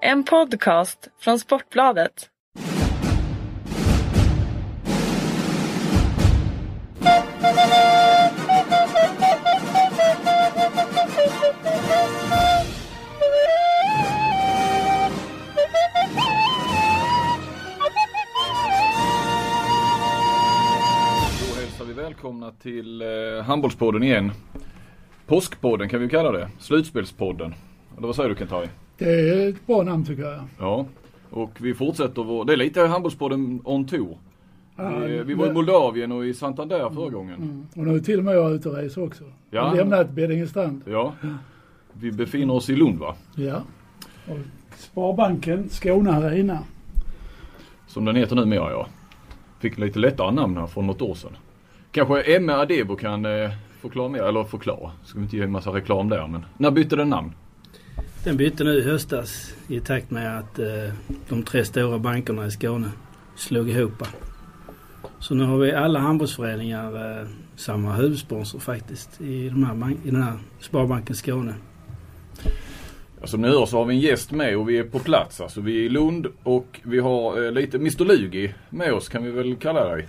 En podcast från Sportbladet. Välkomna till handbollspodden igen. Påskpodden kan vi kalla det. Slutspelspodden. Eller vad säger du, Kentai? Det är ett bra namn tycker jag. Ja, och vi fortsätter det är lite handbollspodden on tour. Vi var i Moldavien och i Santander förra gången. Och nu till och med jag ute och reser också. Ja. Vi lämnat Beddingestrand. Ja. Vi befinner oss i Lund, va? Ja. Och Sparbanken, Skåne Arena. Som den heter numera, ja. Fick lite lättare namn här från något år sedan. Kanske Emma Adebo kan förklara mer, eller förklara. Ska vi inte ge en massa reklam där, men när bytte den namn? Den bytte nu i höstas i takt med att de 3 stora bankerna i Skåne slog ihop. Så nu har vi alla handbollsföreningar samma huvudsponsor faktiskt i den här Sparbanken Skåne. Ja, som ni hör så har vi en gäst med och vi är på plats. Alltså vi är i Lund och vi har lite Mr. Lugi med oss, kan vi väl kalla dig.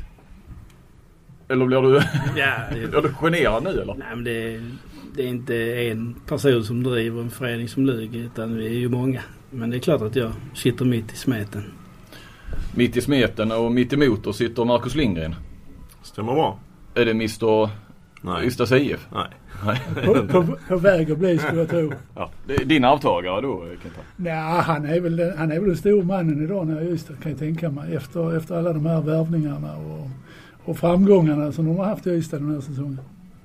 Eller blir du, är du generad nu eller? Nej, men det är inte en person som driver en förening som Lugi, utan vi är ju många. Men det är klart att jag sitter mitt i smeten. Mitt i smeten och mitt emot och sitter Marcus Lindgren. Stämmer bra. Är det Mr. Ystad IF? Nej. på väg att bli, skulle jag tro. Ja, det är din avtagare då, Kenta? Nej, han är väl den stora mannen idag när jag Ystad, kan jag tänka mig. Efter alla de här värvningarna och framgångarna som de har haft i Ystad den här säsongen.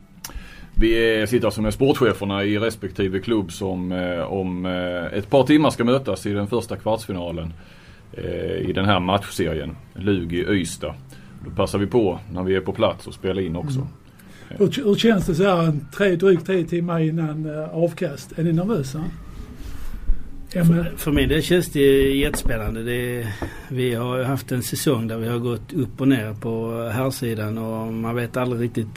Vi sitter som med sportcheferna i respektive klubb som om ett par timmar ska mötas i den första kvartsfinalen i den här matchserien. Lugi Ystad. Då passar vi på när vi är på plats och spelar in också. Hur känns det så här drygt 3 timmar innan avkast? Är ni nervösa? För mig det känns det jättespännande. Vi har haft en säsong där vi har gått upp och ner på här sidan och man vet aldrig riktigt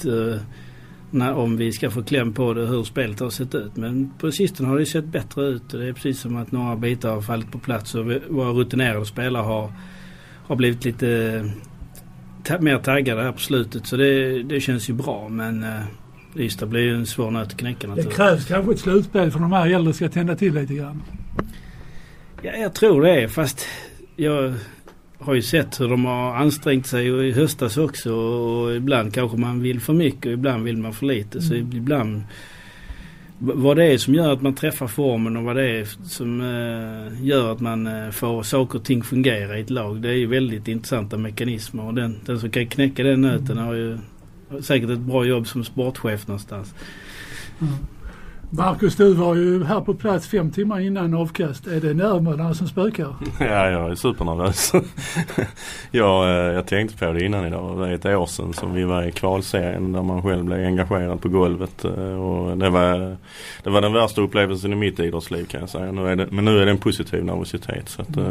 om vi ska få kläm på det, hur spelet har sett ut. Men på sistone har det sett bättre ut. Det är precis som att några bitar har fallit på plats och våra rutinerade spelare har blivit lite mer taggade här på slutet. Så det känns ju bra, men Ystad blir ju en svår nöt att knäcka. Det krävs kanske ett slutspel för de här äldre ska tända till lite grann. Ja, jag tror det är, fast jag har ju sett hur de har ansträngt sig i höstas också och ibland kanske man vill för mycket och ibland vill man för lite. Så ibland vad det är som gör att man träffar formen och vad det är som gör att man får saker och ting fungera i ett lag, det är ju väldigt intressanta mekanismer och den som kan knäcka den nöten har ju säkert ett bra jobb som sportchef någonstans. Marcus, du var ju här på plats 5 timmar innan avkast. Är det nerverna som spökar? Ja, jag är supernervös. Jag tänkte på det innan idag. Det är ett år sedan som vi var i kvalserien där man själv blev engagerad på golvet. Och det var den värsta upplevelsen i mitt idrottsliv, kan jag säga. Men nu är det en positiv nervositet. Så att,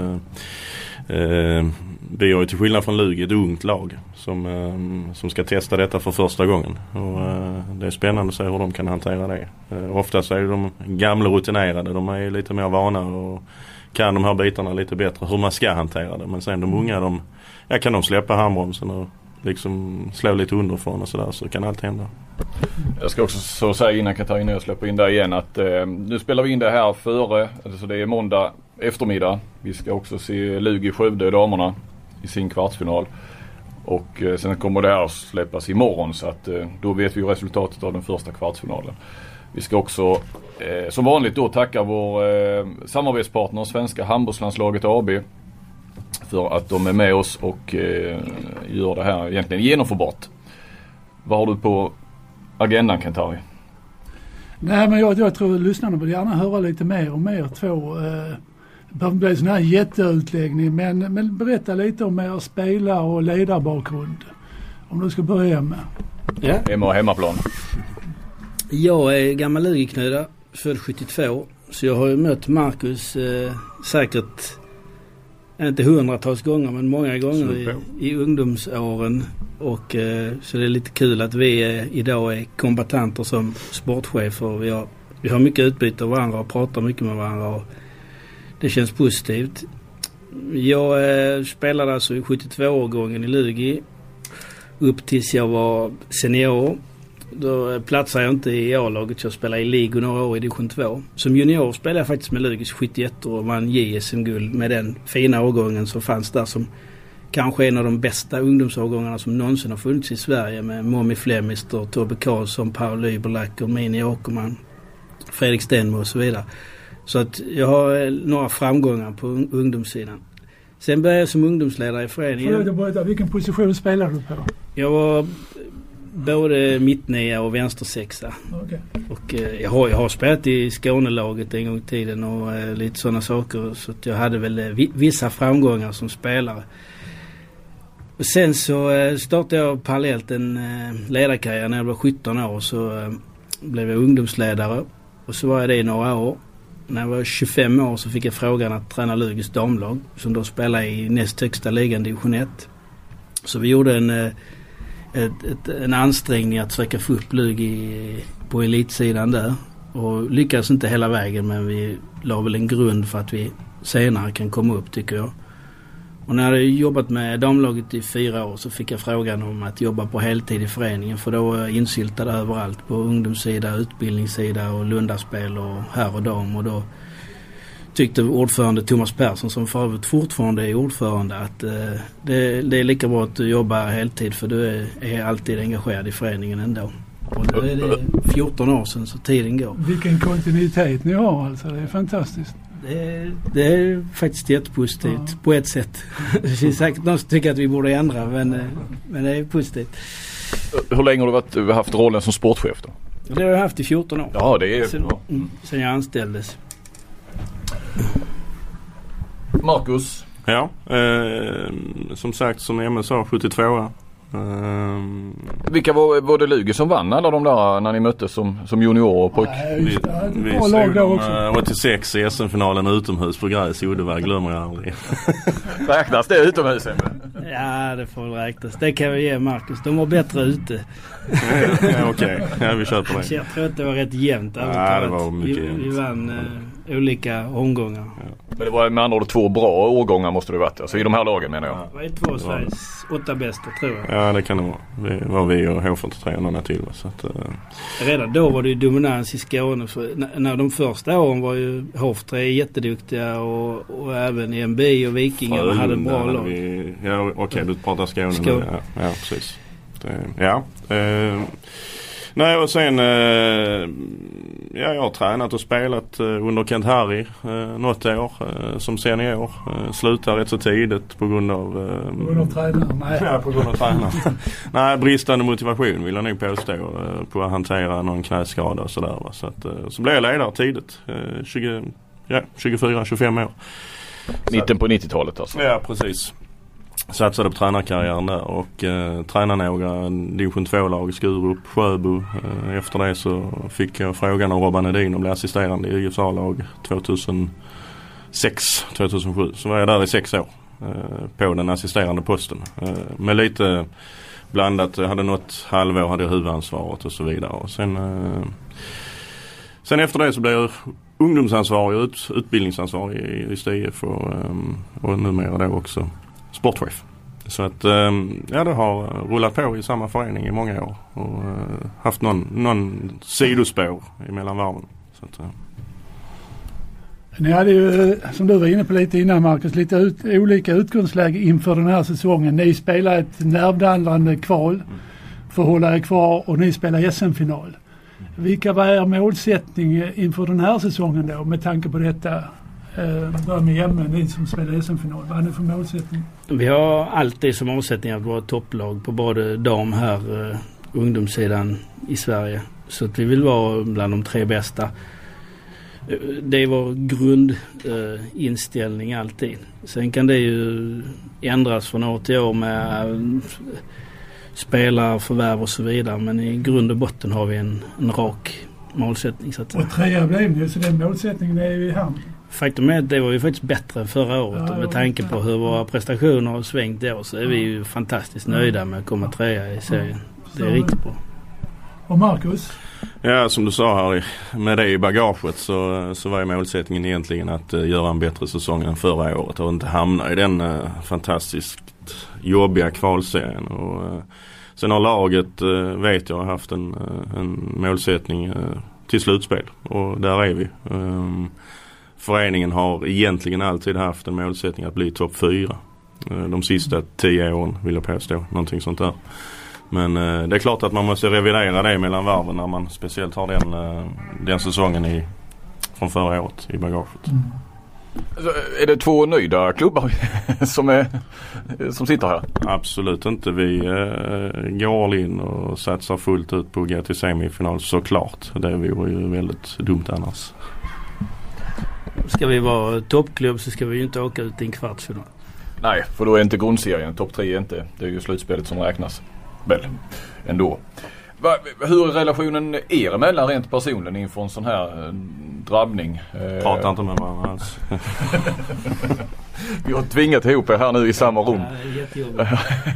vi har ju till skillnad från Lugi ett ungt lag som ska testa detta för första gången. Och det är spännande att se hur de kan hantera det. Oftast är de gamla rutinerade, de är lite mer vana och kan de här bitarna lite bättre hur man ska hantera det. Men sen de unga, kan de släppa handbromsen och liksom slå lite underifrån och sådär, så kan allt hända. Jag ska också så säga innan Katarina jag släpper in där igen att nu spelar vi in det här före, alltså det är måndag eftermiddag. Vi ska också se Lugi Skövde, damerna, i sin kvartsfinal. Och sen kommer det här att släppas imorgon, så att då vet vi ju resultatet av den första kvartsfinalen. Vi ska också som vanligt då tacka vår samarbetspartner Svenska handbollslandslaget AB för att de är med oss och gör det här egentligen genomförbart. Vad har du på agendan, Kentari? Nej, men jag tror att lyssnarna vill gärna höra lite mer och mer det behöver bli sån här jätteutläggning, men berätta lite om er spelare- och ledarbakgrund. Om du ska börja med. Ja. Hemmaplan. Jag är gammal Lugi-knöda, född 72. Så jag har ju mött Marcus säkert inte hundratals gånger, men många gånger i ungdomsåren. Och så det är lite kul att vi idag är kombatanter som sportchefer. Vi har mycket utbyte av varandra och pratar mycket med varandra. Och Det känns positivt. Jag spelade alltså i 72-årgången i Lugi upp tills jag var senior. Då platsade jag inte i A-laget, jag spelade i Liga några år i division 2. Som junior spelade jag faktiskt med Lugis 71 och vann JSM-guld med den fina årgången som fanns där, som kanske en av de bästa ungdomsårgångarna som någonsin har funnits i Sverige, med Momi Flemister, Tobbe Karlsson, Paul Lyberlacker, Mini Åkerman, Fredrik Stenmo och så vidare. Så att jag har några framgångar på ungdomssidan. Sen började jag som ungdomsledare i föreningen. Vilken position spelar du på då? Jag var både mittnia och vänstersexa. Okay. Och jag har spelat i Skånelaget en gång i tiden och lite sådana saker. Så att jag hade väl vissa framgångar som spelare. Och sen så startade jag parallellt en ledarkarriär. När jag var 17 år så blev jag ungdomsledare. Och så var jag det i några år. När jag var 25 år så fick jag frågan att träna Lugis damlag, som då spelade i näst högsta ligan division 1. Så vi gjorde en ansträngning att försöka få upp Lugi på elitsidan där. Och lyckades inte hela vägen, men vi la väl en grund för att vi senare kan komma upp, tycker jag. Och när jag hade jobbat med damlaget i 4 år så fick jag frågan om att jobba på heltid i föreningen, för då var jag insyltad överallt på ungdomssida, utbildningssida och lundaspel och här och dam. Och då tyckte ordförande Thomas Persson, som för övrigt fortfarande är ordförande, att det är lika bra att du jobbar heltid, för du är alltid engagerad i föreningen ändå. Och då är det 14 år sedan, så tiden går. Vilken kontinuitet ni har alltså, det är fantastiskt. Det är faktiskt jättepositivt på ett sätt. Det finns säkert någon som tycker att vi borde ändra, men det är positivt. Hur länge har du haft rollen som sportchef då? Det har jag haft i 14 år. Ja, det är sen jag anställdes. Marcus? Ja, som sagt, som Emil sa, 72. Vilka var det Lugi som vann alla de där när ni möttes som junior och pojk? Vi såg dem 86 i SM-finalen utomhus på gräs i Uddevalla, glömmer jag aldrig. Räknas det utomhus? Ja, det får väl räknas. Det kan vi ge Marcus. De var bättre ute. Ja, okej. Ja, vi kör på det. Jag tror att det var rätt jämnt. Ja, det var mycket jämnt. Vi vann olika omgångar. Ja. Men det var med andra ord 2 bra årgångar måste det varit. Alltså i de här lagen, menar jag. Det var 2 Sveriges 8 bästa, tror jag. Ja, det kan det vara. Det var vi och H43 och några till. Så att, redan då var det ju dominans i Skåne. När de första åren var ju H43 jätteduktiga och även EMB och Vikingar hade bra lag. Ja, okej, du pratar Skåne. Ja, precis. Nej, och sen jag har tränat och spelat under Kent Harry något år som senior. Slutar rätt så tidigt på grund av tränaren. Nej. Ja, på grund av tränaren. Nej, bristande motivation vill jag nog påstå på att hantera någon knäskada och sådär. Så att så blev jag ledare tidigt. 24-25 år. Mitten på 90-talet alltså. Ja, precis. Satsade på tränarkarriären där och tränade några division 2-lag, Skurup, Sjöbo. Efter det så fick jag frågan av Robban Edin att bli assisterande i IFA-lag 2006-2007. Så var jag där i 6 år på den assisterande posten. Med lite blandat, jag hade något halvår hade jag huvudansvaret och så vidare. Och sen efter det så blev jag ungdomsansvarig och utbildningsansvarig i STIF och numera då också sportchef. Så att det har rullat på i samma förening i många år och haft någon sidospår emellan varven. Så att, Ni hade ju, som du var inne på lite innan Marcus, lite olika utgångsläge inför den här säsongen. Ni spelar ett nervdallrande kval för att hålla er kvar och ni spelar SM-final. Vilka var er målsättning inför den här säsongen då med tanke på detta? Börja med Emme, ni som spelar SM-final. Vad är det för målsättning? Vi har alltid som målsättning att vara topplag på både dam här ungdomssidan i Sverige. Så att vi vill vara bland de 3 bästa. Det är vår grundinställning alltid. Sen kan det ju ändras från år till år med spelarförvärv och så vidare. Men i grund och botten har vi en rak målsättning. Så att och 3 blev det, så den målsättningen är ju i hamn. Faktum är att det var ju faktiskt bättre än förra året. Och med tanke på hur våra prestationer har svängt då så är vi ju fantastiskt nöjda med att komma 3 i serien. Det är riktigt bra. Och Marcus? Ja, som du sa Harry, med det i bagaget så var ju målsättningen egentligen att göra en bättre säsong än förra året och inte hamna i den fantastiskt jobbiga kvalserien. Och sen har laget, vet jag, haft en målsättning till slutspel och där är vi. Föreningen har egentligen alltid haft en målsättning att bli topp 4 de sista 10 åren, vill jag påstå, någonting sånt där. Men det är klart att man måste revidera det mellan varven när man speciellt har den säsongen från förra året i bagaget. Mm. Alltså, är det 2 nöjda klubbar som sitter här? Absolut inte. Vi går all in och satsar fullt ut på att gå till semifinal, såklart. Det vore ju väldigt dumt annars. Ska vi vara toppklubb så ska vi ju inte åka ut i en kvartsfinal. Nej, för då är inte grundserien. Topp 3 är inte. Det är ju slutspelet som räknas. Väl, ändå. Hur är relationen er emellan rent personligen inför en sån här drabbning? Pratar inte med varandra alls. Vi har tvingat ihop er här nu i samma rum. Ja, det är jättejobbigt.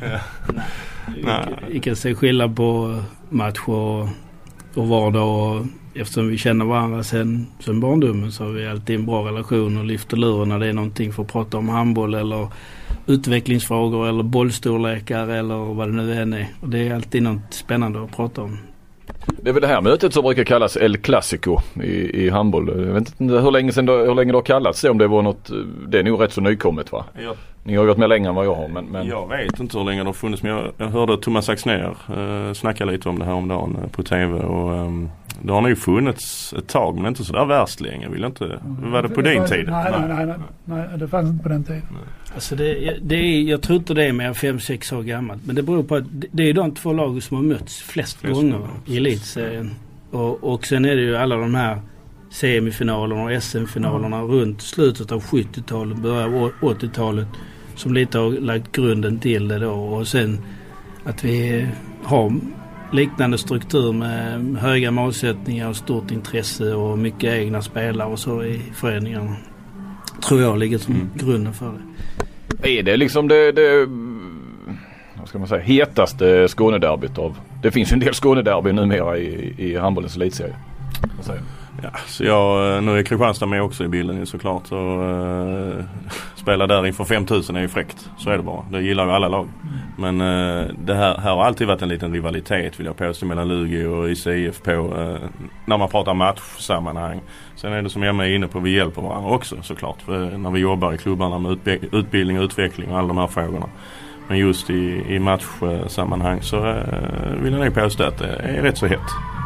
Vi kan se skillnad på match och vardag. Och eftersom vi känner varandra sen barndomen så har vi alltid en bra relation och lyfter luren när det är någonting för att prata om handboll eller utvecklingsfrågor eller bollstorlekar eller vad det nu än är. Och det är alltid något spännande att prata om. Det är väl det här mötet som brukar kallas El Clasico i handboll. Jag vet inte hur länge det har kallats det, om det var något. Det är nog rätt så nykommet, va? Ja. Ni har gått med längre än vad jag har. Men... Jag vet inte hur länge det har funnits, men jag hörde Thomas Axner snacka lite om det här om dagen på tv och det har nog funnits ett tag, men inte så där värst länge. Var det på din tid? Nej, det fanns inte på den tiden. Alltså jag tror inte det är mer 5-6 år gammalt, men det beror på att det är de 2 lag som har mötts flest gånger i elitserien. Och sen är det ju alla de här semifinalerna och SM-finalerna runt slutet av 70-talet, början av 80-talet som lite har lagt grunden till det då. Och sen att vi har liknande struktur med höga målsättningar och stort intresse och mycket egna spelare och så i föreningarna, tror jag ligger som grunden för det. Är det liksom det vad ska man säga, hetaste Skånederbyt av? Det finns ju en del Skånederby numera i handbollens elitserie. Vad säger du? Ja, så nu är Kristianstad med också i bilden såklart och spela där inför 5000 är ju fräckt, så är det bara. Det gillar ju alla lag. Men det här har alltid varit en liten rivalitet, vill jag påstå, mellan Lugi och ICF på när man pratar matchsammanhang. Sen är det som jag är inne på, vi hjälper varandra också såklart, när vi jobbar i klubbarna med utbildning och utveckling och alla de här frågorna. Men just i matchsammanhang så vill jag nog påstå att det är rätt så hett.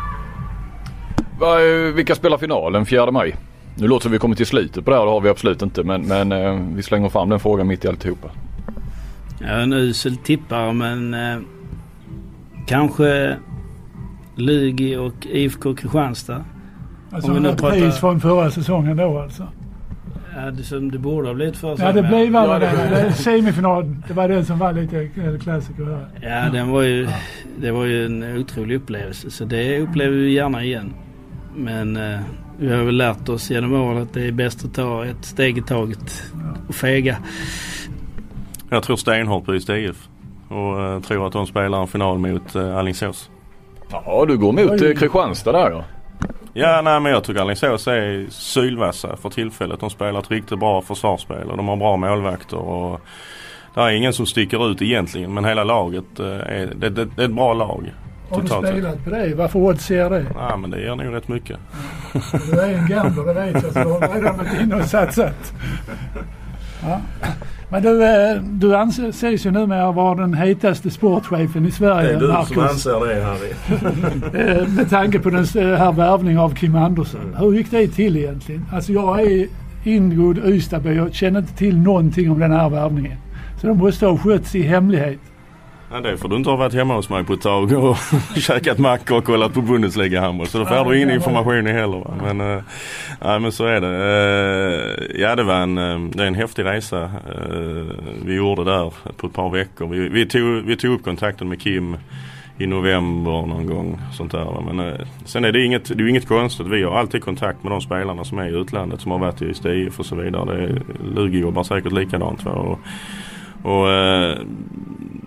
Vilka spelar finalen 4 maj? Nu låter vi kommer till slutet på det här, det har vi absolut inte. Men vi slänger fram den frågan mitt i alltihopa. Ja, en usel tippare, men kanske Lugi och IFK Kristianstad. Alltså om vi nu pratar från förra säsongen då alltså. Ja, det borde ha blivit förra säsongen. Ja, det blev väl det. Semifinal, det var den som var lite klassiker här. Ja, det var ju en otrolig upplevelse. Så det upplever vi gärna igen. Men vi har väl lärt oss genom året att det är bäst att ta ett steg i taget och fega. Jag tror stenhårt på IF och tror att de spelar en final mot Alingsås. Ja, du går mot Kristianstad där då. Ja, nej, men jag tycker Alingsås är sylvassa för tillfället. De spelar ett riktigt bra försvarsspel och de har bra målvakter och det är ingen som sticker ut egentligen, men hela laget det är ett bra lag. Har du spelat på det? Varför oddser det? Ja, men det gör nog rätt mycket. Du är en gambler, det vet jag. Så du har redan varit inne och satsat. Ja. Men du anses ju numera vara den hetaste sportchefen i Sverige, Marcus. Det är du Marcus, som anser det, Harry. med tanke på den här värvningen av Kim Andersson. Hur gick det till egentligen? Alltså jag är ingrodd Ystadby och känner inte till någonting om den här värvningen. Så de måste ha skötts i hemlighet. Ja, det får du inte ha varit hemma hos mig på ett tag och käkat mackor och kollat på Bundesliga-handboll. Så då får du ingen information heller. Va? Men så är det. Ja, det är en häftig resa vi gjorde där på ett par veckor. Vi tog upp kontakten med Kim i november någon gång. Sånt där, va? Men sen är det är inget konstigt. Vi har alltid kontakt med de spelarna som är i utlandet, som har varit i STIF och så vidare. Lugi jobbar säkert likadant. Va? Och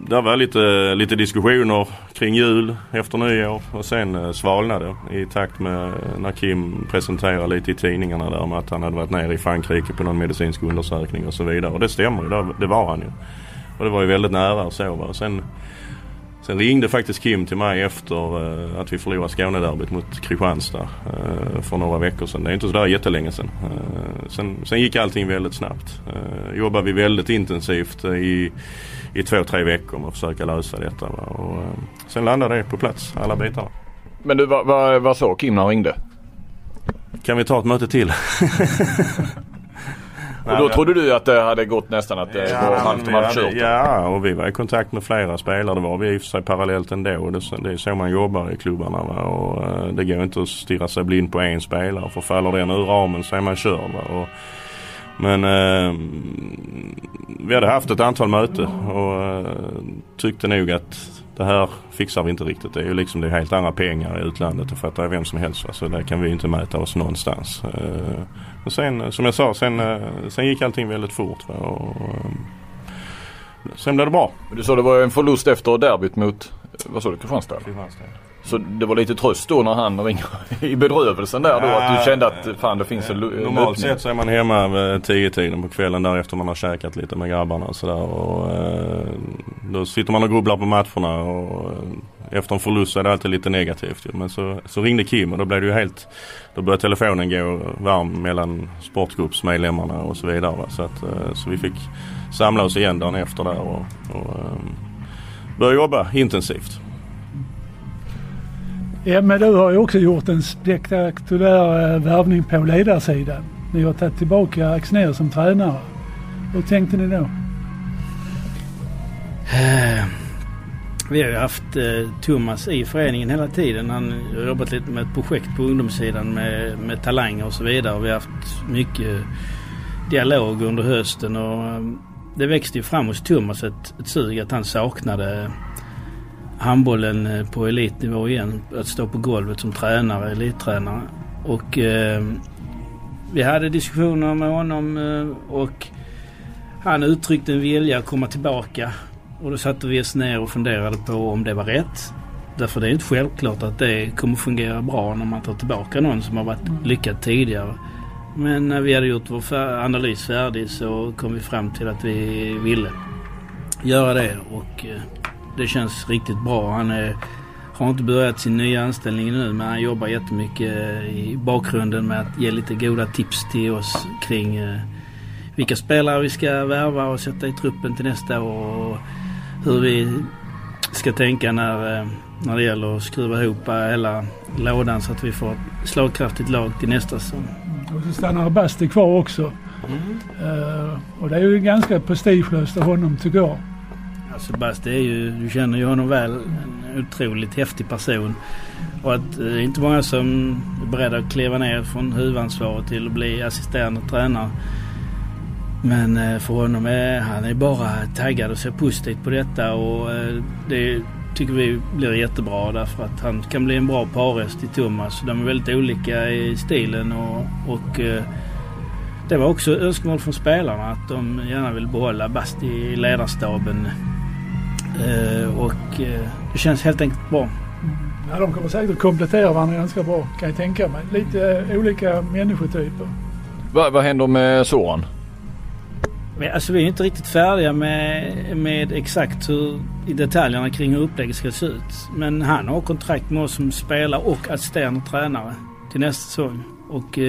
det var lite diskussioner kring jul efter nyår och sen svalnade i takt med när Kim presenterade lite i tidningarna där med att han hade varit nere i Frankrike på någon medicinsk undersökning och så vidare. Och det stämmer ju, det var han ju. Och det var ju väldigt nära och så. Va? Sen ringde faktiskt Kim till mig efter att vi förlorade Skånederbyt mot Kristianstad för några veckor sedan. Det är inte så där jättelänge sedan. Sen gick allting väldigt snabbt. Jobbade vi väldigt intensivt i 2-3 veckor med att försöka lösa detta. Va? Och sen landade det på plats, alla bitarna. Men du, vad sa Kim när han ringde? Kan vi ta ett möte till? Och då trodde du att det hade gått nästan att det var halvt man kört? Ja, och vi var i kontakt med flera spelare. Det var vi i och för sig parallellt ändå. Det är så man jobbar i klubbarna. Va? Och det går inte att stirra sig blind på en spelare. För faller den ur ramen så är man körd. Va? Men vi hade haft ett antal möten och tyckte nog att det här fixar vi inte riktigt. Det är ju liksom det är helt andra pengar i utlandet och för att det är vem som helst. Va? Så där kan vi inte mäta oss någonstans. Men sen, som jag sa, sen gick allting väldigt fort. Va? Och sen blev det bra. Du sa det var en förlust efter derbyt mot, vad sa du, Kristianstad? Så det var lite tröst då när han ringer i bedrövelsen där då, att du kände att fan det finns en normalt sett så är man hemma vid 10-tiden på kvällen där efter man har käkat lite med grabbarna och sådär. Och då sitter man och grubblar på matcherna och efter en förlust så är det alltid lite negativt. Men så ringde Kim och då blev det ju då började telefonen gå varm mellan sportgruppsmedlemmarna och så vidare. Va? Så vi fick samla oss igen dagen efter där och börja jobba intensivt. Ja, men du har ju också gjort en spektakulär värvning på ledarsidan. Ni har tagit tillbaka Axnér som tränare. Hur tänkte ni då? Vi har ju haft Thomas i föreningen hela tiden. Han har jobbat lite med ett projekt på ungdomssidan med talanger och så vidare. Vi har haft mycket dialog under hösten och det växte ju fram hos Thomas ett sug att han saknade handbollen på elitnivå igen, att stå på golvet som tränare, elittränare. Och vi hade diskussioner med honom och han uttryckte en vilja att komma tillbaka. Och då satte vi oss ner och funderade på om det var rätt. Därför det är inte självklart att det kommer fungera bra när man tar tillbaka någon som har varit lyckad tidigare. Men när vi hade gjort vår analys färdig så kom vi fram till att vi ville göra det och det känns riktigt bra. Han har inte börjat sin nya anställning nu, men han jobbar jättemycket i bakgrunden med att ge lite goda tips till oss kring vilka spelare vi ska värva och sätta i truppen till nästa år och hur vi ska tänka när det gäller att skruva ihop hela lådan så att vi får ett slagkraftigt lag till nästa säsong. Och så stannar Basti kvar också. Och det är ju ganska prestigelöst av honom tycker jag. Sebastian är ju, du känner ju honom väl, en otroligt häftig person och att det är inte många som är beredda att kliva ner från huvudansvaret till att bli assisterande tränare, men för honom han är bara taggad och ser positivt på detta och det tycker vi blir jättebra därför att han kan bli en bra parhäst till Thomas. De är väldigt olika i stilen och det var också önskemål från spelarna att de gärna vill behålla Basti i ledarstaben. Och det känns helt enkelt bra. Ja, de kommer säkert att komplettera varandra ganska bra, kan jag tänka mig. Lite olika människotyper. Vad händer med Soran? Men, alltså, vi är inte riktigt färdiga med exakt hur i detaljerna kring hur upplägget ska se ut. Men han har kontrakt med oss som spelare och assisterande tränare till nästa säsong. Och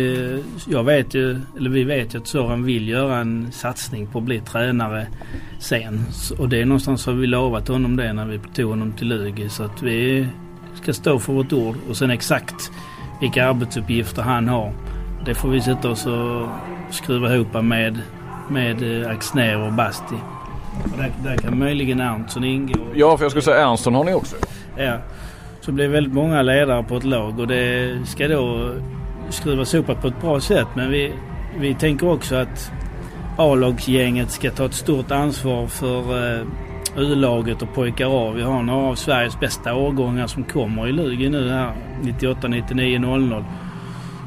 vi vet ju att Soran vill göra en satsning på att bli tränare sen. Och det är någonstans har vi lovat honom det när vi tog honom till Lugi. Så att vi ska stå för vårt ord. Och sen exakt vilka arbetsuppgifter han har, det får vi sätta oss och skruva ihop med Axnér och Basti. Och där kan möjligen Ernstson ingå. Ja, för jag skulle säga Ernstson har ni också. Ja, så blir väldigt många ledare på ett lag och det ska då skruvas ihop på ett bra sätt. Men vi tänker också att A-lagsgänget ska ta ett stort ansvar för U-laget och pojkar av. Vi har några av Sveriges bästa årgångar som kommer i Lugi nu här 98, 99, 00.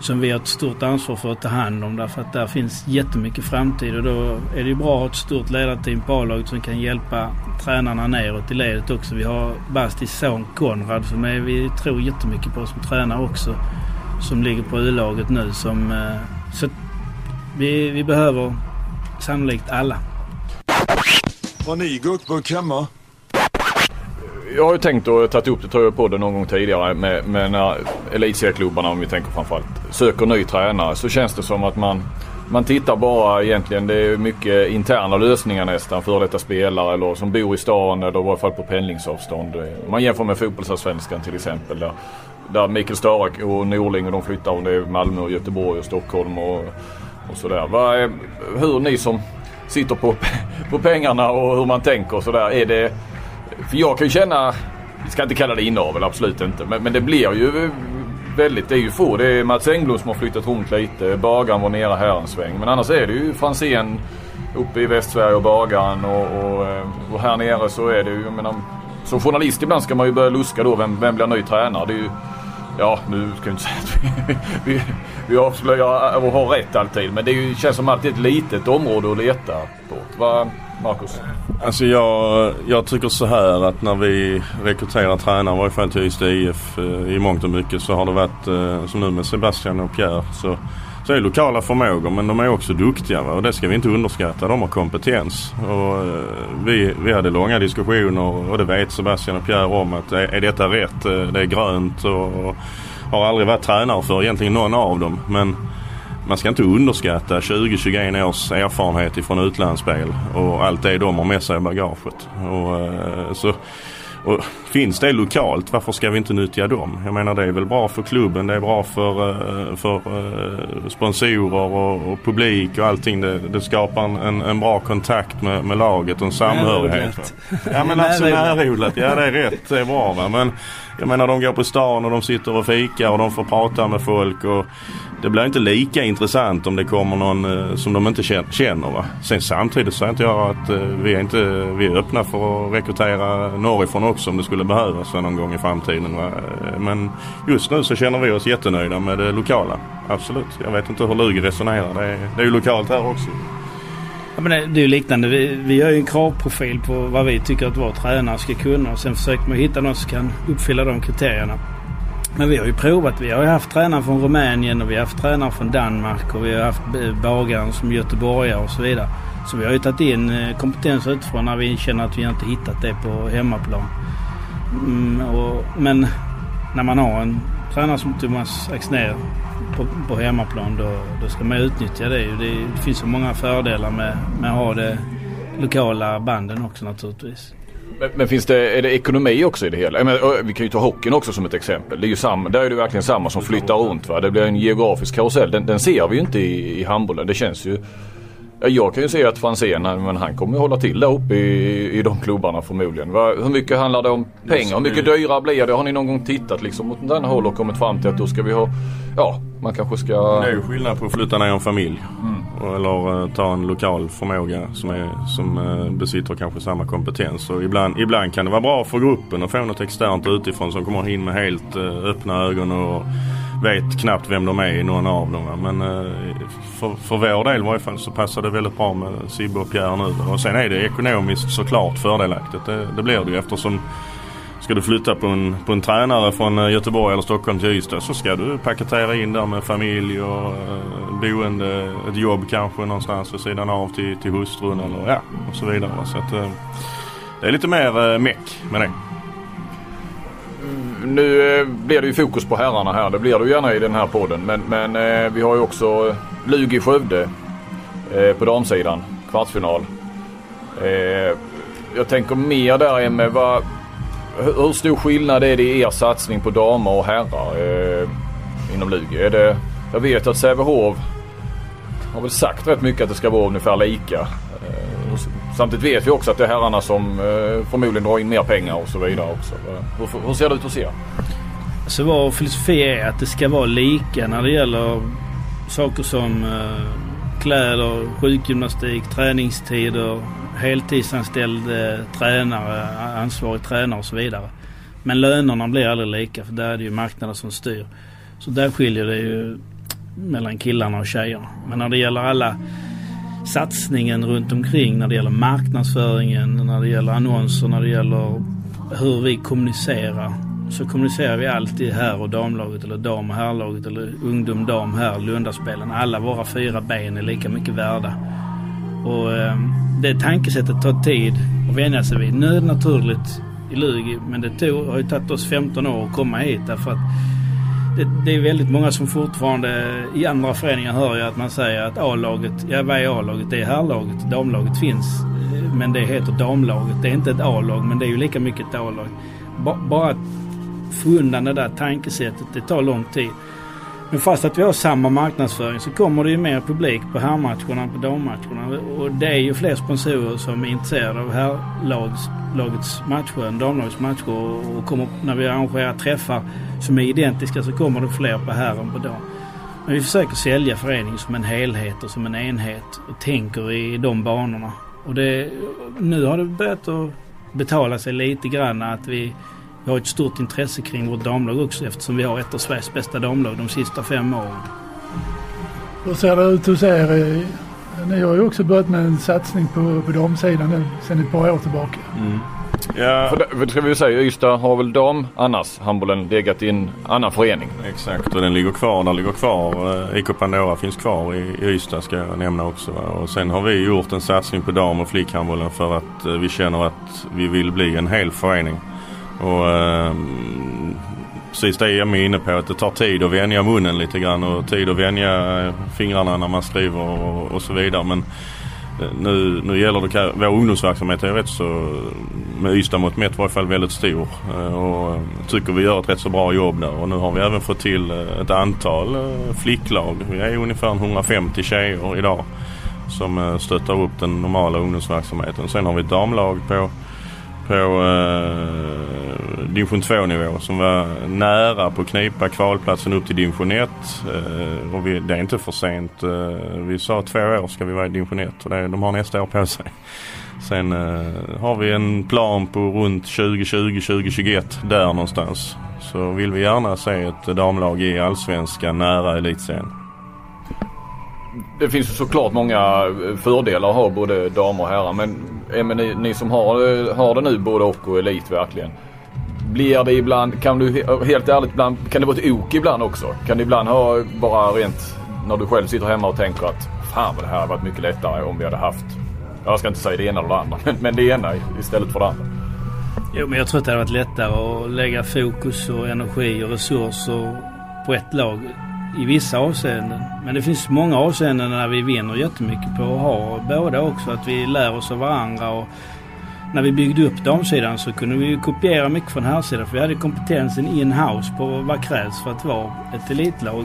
som vi har ett stort ansvar för att ta hand om, därför att där finns jättemycket framtid, och då är det ju bra att ha ett stort ledarteam på A-laget som kan hjälpa tränarna neråt i ledet också. Vi har Bastis son Konrad som vi tror jättemycket på som tränare också, som ligger på U-laget nu, så vi behöver sannolikt alla. Har ni guckburk hemma? Jag har ju tänkt att ta upp det, tror jag, på det någon gång tidigare med när elitserieklubbarna, om vi tänker framförallt, söker ny tränare, så känns det som att man tittar bara egentligen, det är mycket interna lösningar nästan för detta spelare eller som bor i stan eller i varje fall på pendlingsavstånd. Man jämför med fotbollsallsvenskan till exempel där Mikael Stark och Norling och de flyttar, och det är Malmö och Göteborg och Stockholm och sådär. Hur ni som sitter på pengarna och hur man tänker och sådär, är det... För jag kan ju känna, jag ska inte kalla det inavel, absolut inte, men det blir ju väldigt, det är ju få. Det är Mats Engblom som har flyttat runt lite, Bagan var nere här en sväng, men annars är det ju Franzén uppe i Västsverige och Bagan och här nere så är det ju, jag menar, som journalist ibland ska man ju börja luska då, vem blir ny tränare? Det är ju, ja, nu ska jag inte säga att vi avslöjar och har rätt alltid, men det är ju, känns som alltid ett litet område att leta på. Vad, Marcus? Alltså jag tycker så här att när vi rekryterar tränare, i varje fall till Ystad IF i mångt och mycket, så har det varit som nu med Sebastian och Pierre, så är det lokala förmågor, men de är också duktiga, va? Och det ska vi inte underskatta, de har kompetens. Och vi hade långa diskussioner, och det vet Sebastian och Pierre om, att är detta rätt, det är grönt, och har aldrig varit tränare för egentligen någon av dem, men man ska inte underskatta 20-21 års erfarenhet ifrån utlandsspel och allt det de har med sig i bagaget. Och finns det lokalt, varför ska vi inte nyttja dem? Jag menar, det är väl bra för klubben, det är bra för sponsorer och publik och allting. Det skapar en bra kontakt med laget och en samhörighet. Ja, men alltså närodlat, ja, det är rätt, det är bra, va? Men jag menar, de går på stan och de sitter och fikar och de får prata med folk, och det blir inte lika intressant om det kommer någon som de inte känner, va? Sen samtidigt så är inte jag att vi är öppna för att rekrytera norrifrån också om det skulle behövas någon gång i framtiden, va? Men just nu så känner vi oss jättenöjda med det lokala. Absolut. Jag vet inte hur Lugi resonerar. Det är ju lokalt här också. Ja, men det är ju liknande. Vi har ju en kravprofil på vad vi tycker att vår tränare ska kunna, och sen försöker man hitta någon som kan uppfylla de kriterierna. Men vi har ju provat. Vi har ju haft tränare från Rumänien, och vi har haft tränare från Danmark, och vi har haft bagaren som göteborgare och så vidare. Så vi har ju tagit in kompetens utifrån när vi känner att vi inte hittat det på hemmaplan. Men när man har en tränare som Thomas Axnér på hemmaplan, då ska man utnyttja det. Det finns så många fördelar med att ha det lokala banden också naturligtvis. Men är det ekonomi också i det hela? Vi kan ju ta hockeyn också som ett exempel. Det är ju samma, där är det verkligen samma som flyttar runt, va? Det blir en geografisk karusell. Den ser vi ju inte i handbollen. Det känns ju... Jag kan ju se att Franzén, men han kommer att hålla till där uppe i de klubbarna förmodligen. Hur mycket handlar det om pengar? Hur mycket dyrare blir det? Har ni någon gång tittat liksom mot den håll och kommit fram till att då ska vi ha... Ja, man kanske ska... Det är ju skillnad på att flytta ner en familj. Eller ta en lokal förmåga som besitter kanske samma kompetens. Och ibland kan det vara bra för gruppen att få något externt utifrån som kommer in med helt öppna ögon och vet knappt vem de är i någon av dem. Men för vår del i varje fall så passar det väldigt bra med Sibbe och Pierre nu. Och sen är det ekonomiskt såklart fördelaktigt. Det blir det ju, eftersom ska du flytta på en tränare från Göteborg eller Stockholm till Ystad, så ska du paketera in där med familj och boende, ett jobb kanske någonstans vid sidan av till hustrun eller och så vidare. Så att det är lite mer meck med det. Nu blir det ju fokus på herrarna här. Det blir det ju gärna i den här podden. Men vi har ju också Lugi Skövde på damsidan. Kvartsfinal. Jag tänker mer där med hur stor skillnad är det i er satsning på damer och herrar inom Lugi? Jag vet att Sävehof har väl sagt rätt mycket att det ska vara ungefär lika. Samtidigt vet vi också att det är herrarna som förmodligen drar in mer pengar och så vidare också. Hur ser det ut att se? Så vår filosofi är att det ska vara lika när det gäller saker som kläder, sjukgymnastik, träningstider, heltidsanställd tränare, ansvarig tränare och så vidare. Men lönerna blir aldrig lika, för där är det ju marknaden som styr. Så där skiljer det ju mellan killarna och tjejerna. Men när det gäller alla satsningen runt omkring, när det gäller marknadsföringen, när det gäller annonser, när det gäller hur vi kommunicerar, så kommunicerar vi alltid här och damlaget eller dam- och herrlaget eller ungdom, dam, herr, Lundaspelen. Alla våra 4 ben är lika mycket värda. Och det tankesättet tar tid att vänja sig vid. Nu är det naturligt i Lugi, men det har ju tagit oss 15 år att komma hit, därför att det är väldigt många som fortfarande i andra föreningar hör ju att man säger att A-laget, ja vad är A-laget? Det är herrlaget, damlaget finns, men det heter damlaget. Det är inte ett A-lag, men det är ju lika mycket ett A-lag. Bara att få undan det där tankesättet, det tar lång tid. Men fast att vi har samma marknadsföring så kommer det ju mer publik på herrmatcherna än på dammatcherna. Och det är ju fler sponsorer som är intresserade av herrlagets matcher, damlagets matcher. Och kommer, när vi arrangerar träffar som är identiska, så kommer det fler på herr än på dam. Men vi försöker sälja föreningen som en helhet och som en enhet och tänker i de banorna. Och nu har det börjat att betala sig lite grann att vi har ett stort intresse kring vårt damlag också, eftersom vi har ett av Sveriges bästa damlag de sista 5 åren. Hur ser det ut hos er? Ni har ju också börjat med en satsning på damsidan nu sedan ett par år tillbaka. Mm. Ja. För det ska vi ju säga, Ystad har väl dam, annars handbollen legat i en annan förening. Exakt, och den ligger kvar. IK Pandora finns kvar i Ystad, ska jag nämna också. Och sen har vi gjort en satsning på dam- och flickhandbollen för att vi känner att vi vill bli en hel förening. Och precis det jag är inne på, att det tar tid att vänja munnen lite grann och tid att vänja fingrarna när man skriver och så vidare. Men nu gäller det, vår ungdomsverksamhet är rätt så, med Ystad mot mätt, i varje fall väldigt stor, och tycker vi gör ett rätt så bra jobb där. Och nu har vi även fått till ett antal flicklag. Vi är ungefär 150 tjejer idag som stöttar upp den normala ungdomsverksamheten. Sen har vi ett damlag på division 2-nivå som var nära på att knipa kvalplatsen upp till division 1, och det är inte för sent. Vi sa 2 år ska vi vara i division 1 och de har nästa år på sig. Sen har vi en plan på runt 2020-2021 där någonstans, så vill vi gärna se ett damlag i allsvenskan nära elitserien. Det finns ju såklart många fördelar att ha både damer och herrar, men ni som har det nu både och elit verkligen. Blir det ibland, kan du helt ärligt ibland, kan det vara ett ok ibland också? Kan det ibland ha bara rent när du själv sitter hemma och tänker att fan vad det här har varit mycket lättare om vi hade haft, jag ska inte säga det ena eller det andra, men det ena istället för det andra? Jo, men jag tror att det hade varit lättare att lägga fokus och energi och resurser på ett lag i vissa avseenden. Men det finns många avseenden när vi vinner jättemycket på att ha båda också, att vi lär oss av varandra. Och när vi byggde upp damsidan så kunde vi kopiera mycket från här sidan, för vi hade kompetensen in-house på vad krävs för att vara ett elitlag.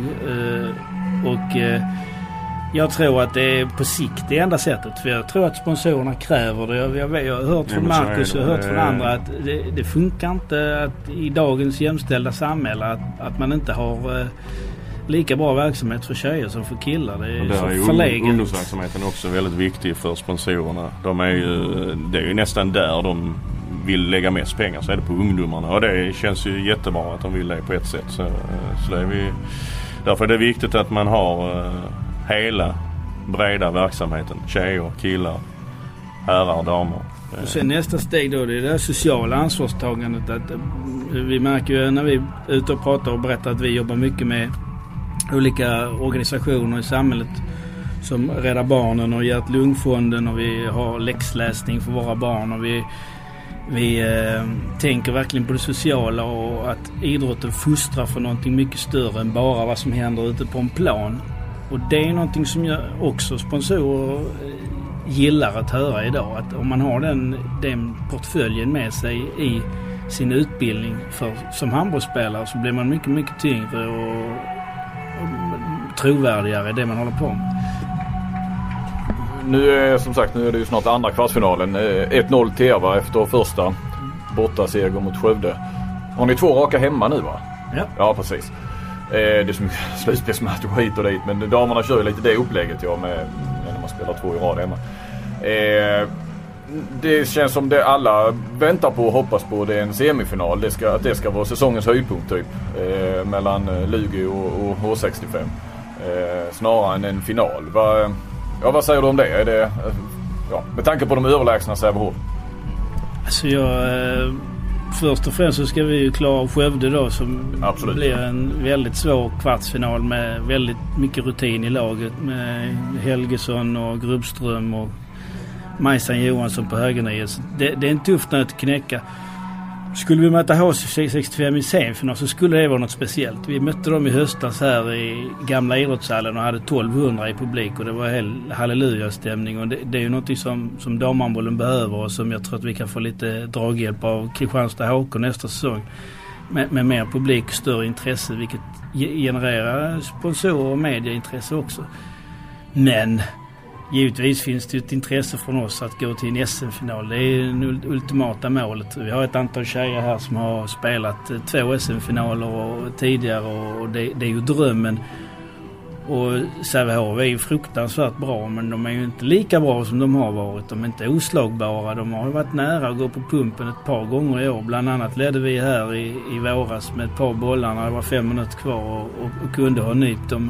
Jag tror att det är på sikt det enda sättet, för jag tror att sponsorerna kräver det. Jag har hört från Marcus och hört från andra att det funkar inte att i dagens jämställda samhälle att man inte har lika bra verksamhet för tjejer som för killar. Det är så förläget. Ungdomsverksamheten är också väldigt viktig för sponsorerna. Det är ju nästan där de vill lägga mest pengar, så är det på ungdomarna. Och det känns ju jättebra att de vill det på ett sätt. Så det är därför är det viktigt att man har hela breda verksamheten. Tjejer, killar, herrar, damer. Och sen nästa steg då, det är det sociala ansvarstagandet. Att vi märker ju när vi är ute och pratar och berättar att vi jobbar mycket med olika organisationer i samhället som Rädda Barnen och Hjärt-Lungfonden, och vi har läxläsning för våra barn, och vi tänker verkligen på det sociala och att idrotten fostrar för någonting mycket större än bara vad som händer ute på en plan. Och det är någonting som jag också sponsorer gillar att höra idag, att om man har den portföljen med sig i sin utbildning som handbollsspelare, så blir man mycket, mycket tyngre och trovärdigare i det man håller på med. Nu är det ju snart andra kvartsfinalen. 1-0 till er, va, efter första bortaseger mot Skövde. Har ni 2 raka hemma nu, va? Ja, precis. Det är som slutspelsmatch och hit och dit, men damerna kör ju lite det upplägget med när man spelar 2 i rad hemma. Det känns som det alla väntar på och hoppas på, det är en semifinal. Det ska vara säsongens höjdpunkt typ, mellan Lugi och H65. snarare än en final. Vad säger du om det? Är det med tanke på de överlägsna Sävehof? Alltså först och främst så ska vi ju klara Skövde då som Absolut. Blir en väldigt svår kvartsfinal med väldigt mycket rutin i laget med Helgesson och Grubbström och Majsan Johansson på högernio. Det är en tuff nöt att knäcka. Skulle vi möta HC65 i semifinal så skulle det vara något speciellt. Vi mötte dem i höstas här i gamla idrottshallen och hade 1200 i publik och det var halleluja-stämning och det är ju något som damhandbollen behöver och som jag tror att vi kan få lite draghjälp av Kristianstad HK nästa säsong med mer publik och större intresse, vilket genererar sponsorer och medieintresse också. Men givetvis finns det ett intresse från oss att gå till en SM-final. Det är det ultimata målet. Vi har ett antal tjejer här som har spelat 2 SM-finaler tidigare och det är ju drömmen. Och Sävehof är ju fruktansvärt bra, men de är ju inte lika bra som de har varit. De är inte oslagbara. De har varit nära att gå på pumpen ett par gånger i år. Bland annat ledde vi här i våras med ett par bollar när det var 5 minuter kvar och kunde ha nytt dem.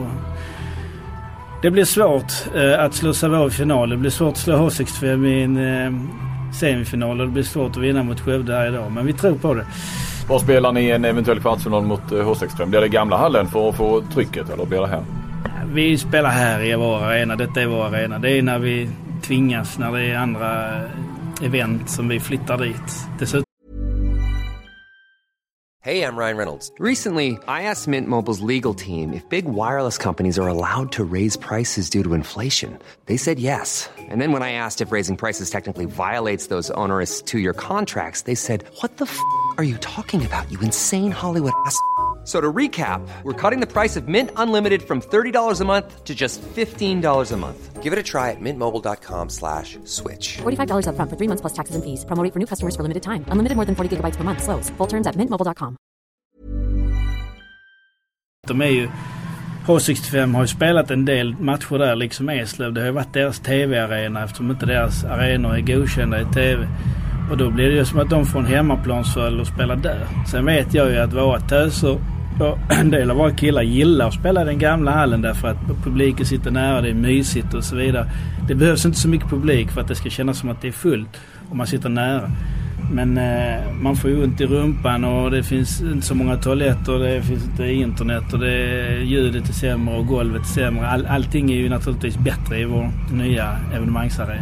Det blir svårt att slå Sävehof i final. Det blir svårt att slå H65 i en semifinal och det blir svårt att vinna mot Skövde här idag. Men vi tror på det. Vad spelar ni i en eventuell kvartsfinal mot H65? Blir det gamla hallen för att få trycket eller blir det här? Vi spelar här i vår arena. Detta är vår arena. Det är när vi tvingas, när det är andra event som vi flyttar dit. Dessutom. Hey, I'm Ryan Reynolds. Recently, I asked Mint Mobile's legal team if big wireless companies are allowed to raise prices due to inflation. They said yes. And then when I asked if raising prices technically violates those onerous 2-year contracts, they said, "What the f*** are you talking about, you insane Hollywood ass?" So to recap, we're cutting the price of Mint Unlimited from $30 a month to just $15 a month. Give it a try at mintmobile.com/switch. $45 up front for 3 months plus taxes and fees. Promo rate for new customers for limited time. Unlimited more than 40 gigabytes per month. Slows full terms at mintmobile.com. De är ju, H65 har ju spelat en del matcher där liksom Eslöv. Det har ju varit deras tv-arena eftersom inte deras arenor är godkända i tv. Och då blir det ju som att de får en hemmaplansföljd och spelar där. Sen vet jag ju att våra töser och en del av våra killar gillar att spela den gamla hallen därför att publiken sitter nära, det är mysigt och så vidare. Det behövs inte så mycket publik för att det ska kännas som att det är fullt om man sitter nära. Men man får ju ont i rumpan och det finns inte så många toaletter, det finns inte internet och ljudet är sämre och golvet är sämre. Allting är ju naturligtvis bättre i vår nya evenemangsarena.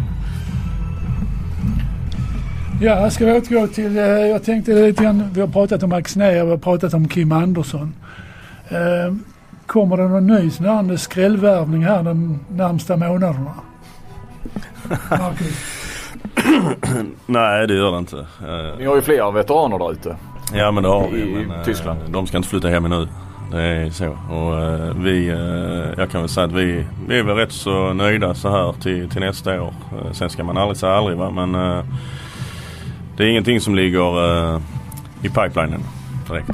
Ja, ska vi återgå till, jag tänkte lite grann, vi har pratat om Axnér, vi har pratat om Kim Andersson. Kommer det någon ny sån här skrällvärvning här de närmsta månaderna? Marcus? Nej, det gör det inte. Ni har ju flera veteraner där ute. Ja, men det har vi. I Tyskland. De ska inte flytta hem nu. Det är så. Och jag kan väl säga att vi är väl rätt så nöjda så här till nästa år. Sen ska man aldrig säga aldrig, va? Men det är ingenting som ligger i pipelinen direkt.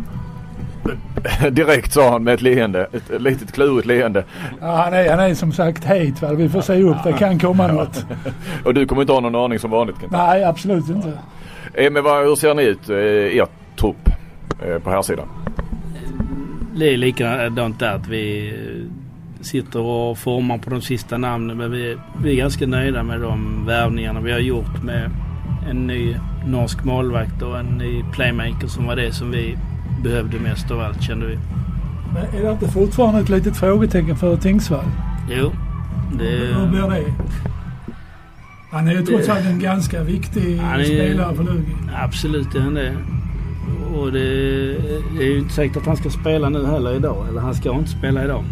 Direkt sa han med ett leende, ett litet klurigt leende. Ja, han är som sagt het, va? Vi får se upp, det kan komma något. Och du kommer inte ha någon aning som vanligt, Kent? Nej, absolut inte. Men hur ser ni ut, er trupp på här sidan? Det är likadant där att vi sitter och formar på de sista namnen, men vi är ganska nöjda med de värvningarna vi har gjort med en ny norsk målvakt och en ny playmaker som var det som vi behövde mest av allt, kände vi. Men är det inte fortfarande ett litet frågetecken för Tingsvall? Jo. Hur blir det? Han är ju trots allt en ganska viktig spelare för Lugi. Absolut, det är han det. Och det är ju inte säkert att han ska spela nu heller idag. Eller han ska inte spela idag.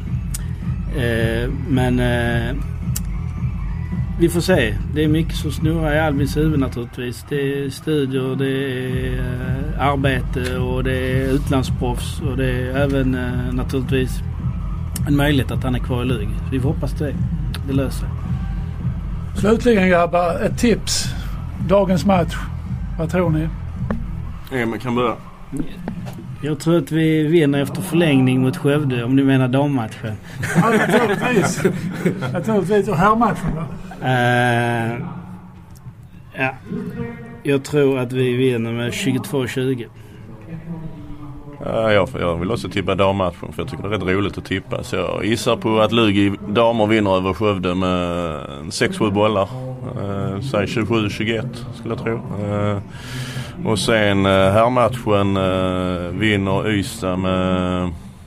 Men vi får se. Det är mycket som snurrar i Albins huvud naturligtvis. Det är studier, det är arbete och det är utlandsproffs. Och det är även naturligtvis en möjlighet att han är kvar i Lugi. Vi får hoppas det löser. Slutligen grabbar, ett tips. Dagens match. Vad tror ni? Man kan börja. Jag tror att vi vinner efter förlängning mot Skövde, om ni menar dammatchen. Ja, naturligtvis. Och herrmatchen då? Ja. Jag tror att vi vinner med 22-20. Jag vill också tippa dammatchen för jag tycker det är rätt roligt att tippa. Så jag gissar på att Lugi damer vinner över Skövde med 6-7 bollar. Säg 27-21 skulle jag tro. Och sen herrmatchen vinner Ystad med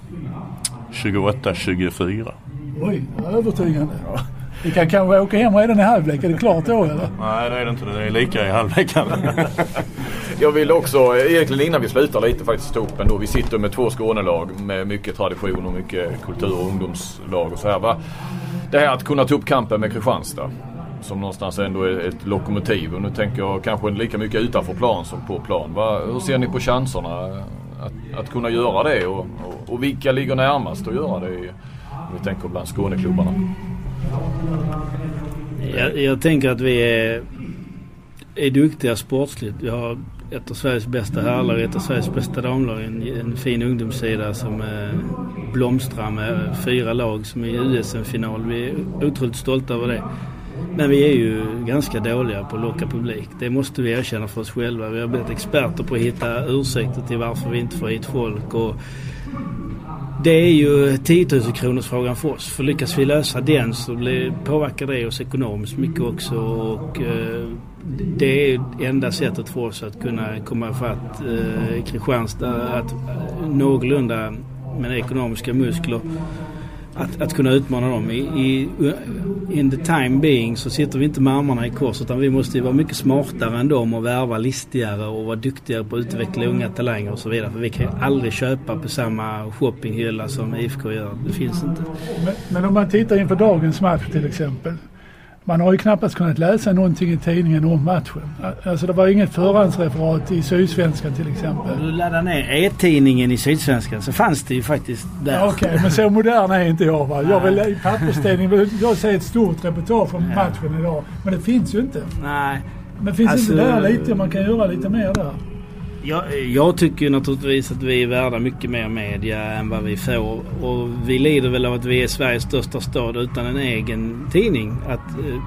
28-24. Oj, övertygande. Vi kan kanske åka hem redan i halvlek. Är det klart då eller? Nej, det är det inte. Det är lika i halvleken. Jag vill också, egentligen innan vi slutar lite faktiskt ta upp ändå. Vi sitter med 2 Skånelag med mycket tradition och mycket kultur- och ungdomslag och så här. Va? Det här att kunna ta upp kampen med Kristianstad som någonstans ändå är ett lokomotiv. Och nu tänker jag kanske lika mycket utanför plan som på plan. Hur ser ni på chanserna att kunna göra det? Och vilka ligger närmast att göra det? Vi tänker bland Skåneklubbarna. Jag tänker att vi är duktiga sportsligt. Vi har ett av Sveriges bästa herrlag, ett av Sveriges bästa damlag, en fin ungdomssida som blomstrar med 4 lag som är i USM-final. Vi är otroligt stolta över det. Men vi är ju ganska dåliga på att locka publik. Det måste vi erkänna för oss själva. Vi har blivit experter på att hitta ursäkter till varför vi inte får hit folk. Och det är ju 10 000 kronors frågan för oss. För lyckas vi lösa den så påverkar det oss ekonomiskt mycket också. Och det är enda sättet för oss att kunna komma ifatt Kristianstad. Att någorlunda med ekonomiska muskler att kunna utmana dem. In the time being så sitter vi inte med armarna i kors, utan vi måste vara mycket smartare än dem och värva listigare och vara duktigare på att utveckla unga talanger och så vidare. För vi kan aldrig köpa på samma shoppinghylla som IFK gör. Det finns inte. Men om man tittar inför dagens match till exempel. Man har ju knappast kunnat läsa någonting i tidningen om matchen. Alltså det var inget förhandsreferat i Sydsvenskan till exempel. Du laddar ner e-tidningen i Sydsvenskan så fanns det ju faktiskt där. Ja, okej, men så modern är inte jag va. Jag vill i papperstidningen, jag ser ett stort reportage om matchen idag. Men det finns ju inte. Nej. Men finns inte där lite, man kan göra lite mer där. Jag tycker naturligtvis att vi är värda mycket mer media än vad vi får. Och vi lider väl av att vi är Sveriges största stad utan en egen tidning. Att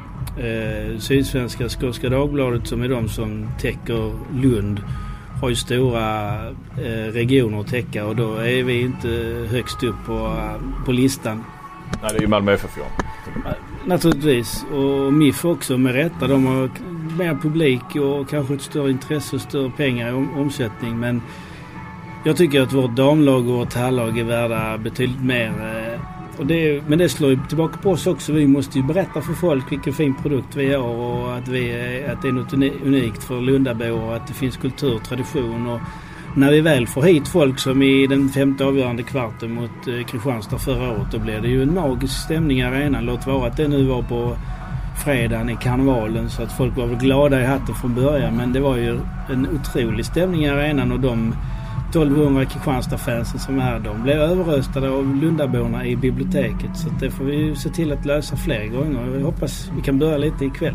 Sydsvenska, Skånska Dagbladet som är de som täcker Lund har ju stora regioner att täcka. Och då är vi inte högst upp på listan. Nej, det är ju Malmö FF. Naturligtvis. Och MIF också med rätta. De har mer publik och kanske ett större intresse och större pengar i omsättning. Men jag tycker att vårt damlag och vårt herrlag är värda betydligt mer. Men det slår ju tillbaka på oss också. Vi måste ju berätta för folk vilken fin produkt vi har och att det är något unikt för Lundabor och att det finns kultur och tradition. Och när vi väl får hit folk som i den 5:e avgörande kvarten mot Kristianstad förra året, då blir det ju en magisk stämning i arenan. Låt vara att det nu var på fredagen i karnevalen så att folk var väl glada i hatten från början, men det var ju en otrolig stämning i arenan och de 1200 Kristianstad-fansen som är här, de blev överröstade av Lundaborna i biblioteket, så att det får vi se till att lösa fler gånger. Jag hoppas vi kan börja lite ikväll.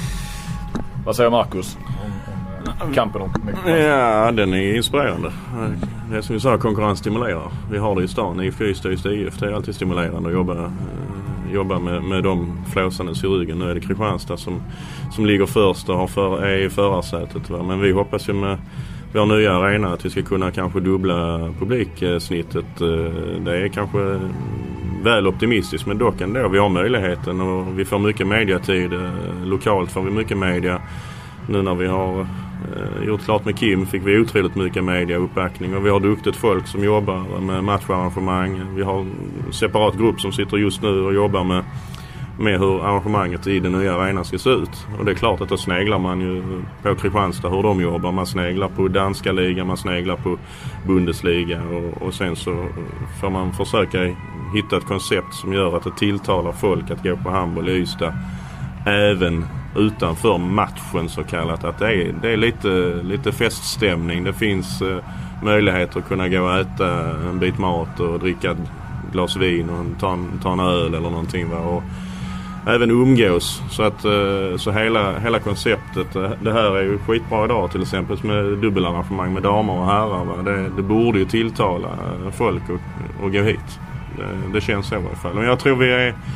Vad säger Marcus om kampen om mycket? Ja, den är inspirerande. Det är som vi sa, konkurrens stimulerar. Vi har det i stan, IFK Ystad, IF. Det är alltid stimulerande att jobba med de flåsandes i ryggen. Nu är det Kristianstad som ligger först och är i förarsätet. Va? Men vi hoppas ju med vår nya arena att vi ska kunna kanske dubbla publiksnittet. Det är kanske väl optimistiskt, men dock ändå. Vi har möjligheten och vi får mycket mediatid. Lokalt får vi mycket media. Nu när vi har gjort klart med Kim fick vi otroligt mycket mediauppbackning och vi har duktigt folk som jobbar med matcharrangemang. Vi har en separat grupp som sitter just nu och jobbar med hur arrangemanget i den nya arenan ska se ut. Och det är klart att då sneglar man ju på Kristianstad hur de jobbar. Man sneglar på danska ligan, man sneglar på Bundesliga och sen så får man försöka hitta ett koncept som gör att det tilltalar folk att gå på handboll i Ystad även utanför matchen så kallat. Att det är lite feststämning. Det finns möjlighet att kunna gå och äta en bit mat och dricka ett glas vin och ta en öl eller någonting. Va? Och även umgås. Så hela konceptet. Det här är ju skitbra idag till exempel med dubbelarrangemang med damer och herrar. Va? Det borde ju tilltala folk och gå hit. Det känns så i alla fall. Men jag tror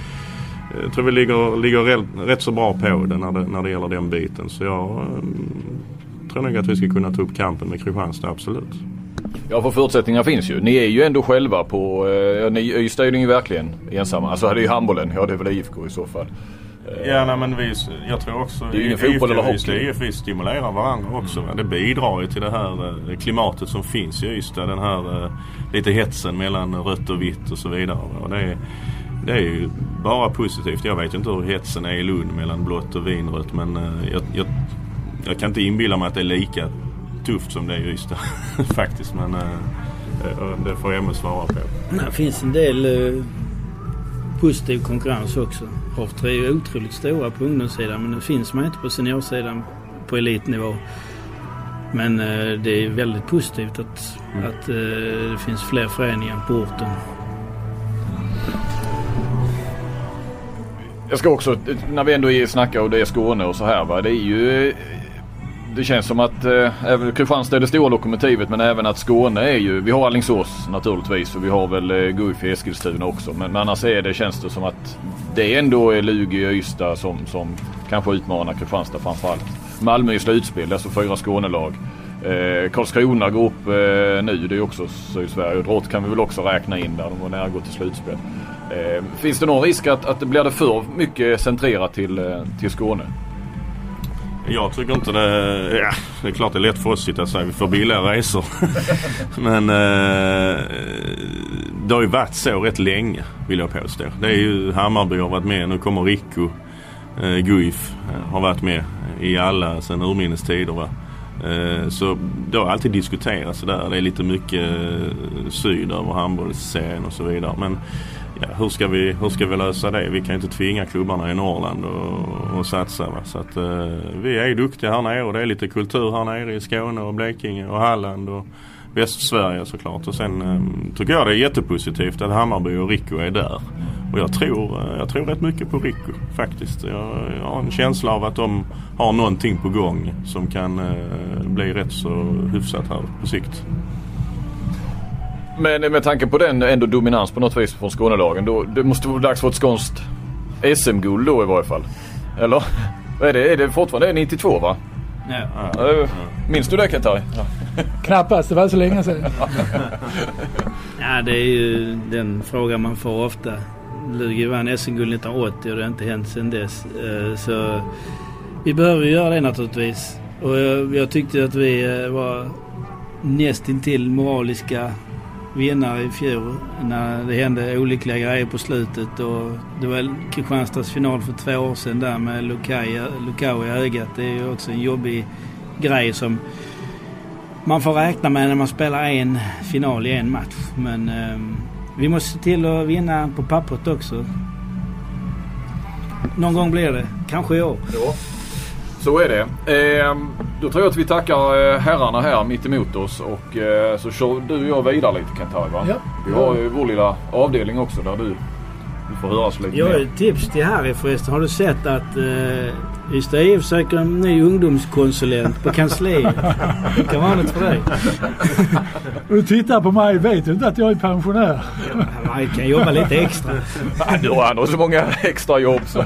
vi ligger rätt så bra på det när det gäller den biten. Så jag tror nog att vi ska kunna ta upp kampen med Kristianstad, absolut. Ja, för förutsättningar finns ju. Ni är ju ändå själva på... Ystad är ju verkligen ensamma. Alltså hade ju handbollen. Ja, det är väl IFK i så fall. Ja, nej, men jag tror också... Det är ju ingen fotboll eller hockey. Vi stimulerar varandra också. Det bidrar ju till det här klimatet som finns i Ystad. Den här lite hetsen mellan rött och vitt och så vidare. Och det är ju bara positivt. Jag vet inte hur hetsen är i Lund mellan blått och vinrött. Men jag kan inte inbilla mig att det är lika tufft som det är i Ystad faktiskt. Men det får jag svara på. Det finns en del positiv konkurrens också. Ofta är ju otroligt stora på ungdomssidan, men det finns man inte på seniorsidan på elitnivå. Men det är väldigt positivt att det finns fler föreningar på orten. Jag ska också, när vi ändå snackar och det är Skåne och så här, va, det är ju... Det känns som att även Kristianstad är det stora lokomotivet, men även att Skåne är ju... Vi har Alingsås naturligtvis och vi har väl Guif i Eskilstuna också. Men annars känns det som att det ändå är Lugi och Ystad som kanske utmanar Kristianstad framförallt. Malmö i slutspel, alltså 4 Skånelag. Karlskrona går upp nu, det är också Sydsverige. Och Drott kan vi väl också räkna in där, de var nära att gå till slutspel. Finns det någon risk att det blir det för mycket centrerat till Skåne? Jag tycker inte det... Ja, det är klart det är lätt för oss att säga vi får billiga resor. Men det har ju varit så rätt länge, vill jag påstå. Det är ju Hammarby har varit med. Nu kommer Rico. Guif har varit med i alla sedan urminnes tider, va? Så det har alltid diskuterats där. Det är lite mycket syd över handbollsscen och så vidare. Men ja, hur ska vi lösa det? Vi kan inte tvinga klubbarna i Norrland och satsa, va? Så att vi är duktiga här nere och det är lite kultur här nere i Skåne och Blekinge och Halland och Västsverige såklart. Och sen tycker jag det är jättepositivt att Hammarby och Rico är där. Och jag tror rätt mycket på Rico faktiskt. Jag har en känsla av att de har någonting på gång som kan bli rätt så hyfsat här på sikt. Men med tanke på den ändå dominans på något vis från Skånelagen, då det måste vara dags för ett skånskt SM-guld då i varje fall. Eller? Är det fortfarande 92, va? Ja. Minns du det, Kentai? Ja. Knappast, det var så länge sedan. Ja, det är ju den frågan man får ofta. Lugi vann SM-guld 1980 och det har inte hänt sedan dess. Så vi behöver göra det naturligtvis. Och jag tyckte att vi var nästintill moraliska vinnare i fjol när det hände olyckliga grejer på slutet. Och det var Kristianstads final för 2 år sedan där med Lukau i ögat. Det är ju också en jobbig grej som man får räkna med när man spelar en final i en match. Men vi måste se till att vinna på pappret också. Någon gång blir det. Kanske i år. Ja, så är det. Då tror jag att vi tackar herrarna här mitt emot oss. Och så kör du och jag vidare lite, Kentai, va? Ja. Vi har ju vår lilla avdelning också där du får höras lite Jag har mer. ett tips till Harry förresten. Har du sett att Ystad IF söker en ny ungdomskonsulent på kansliet? Det kan vara något för dig. Du tittar på mig, vet du inte att jag är pensionär? Man kan jobba lite extra. Han har så många extra jobb så.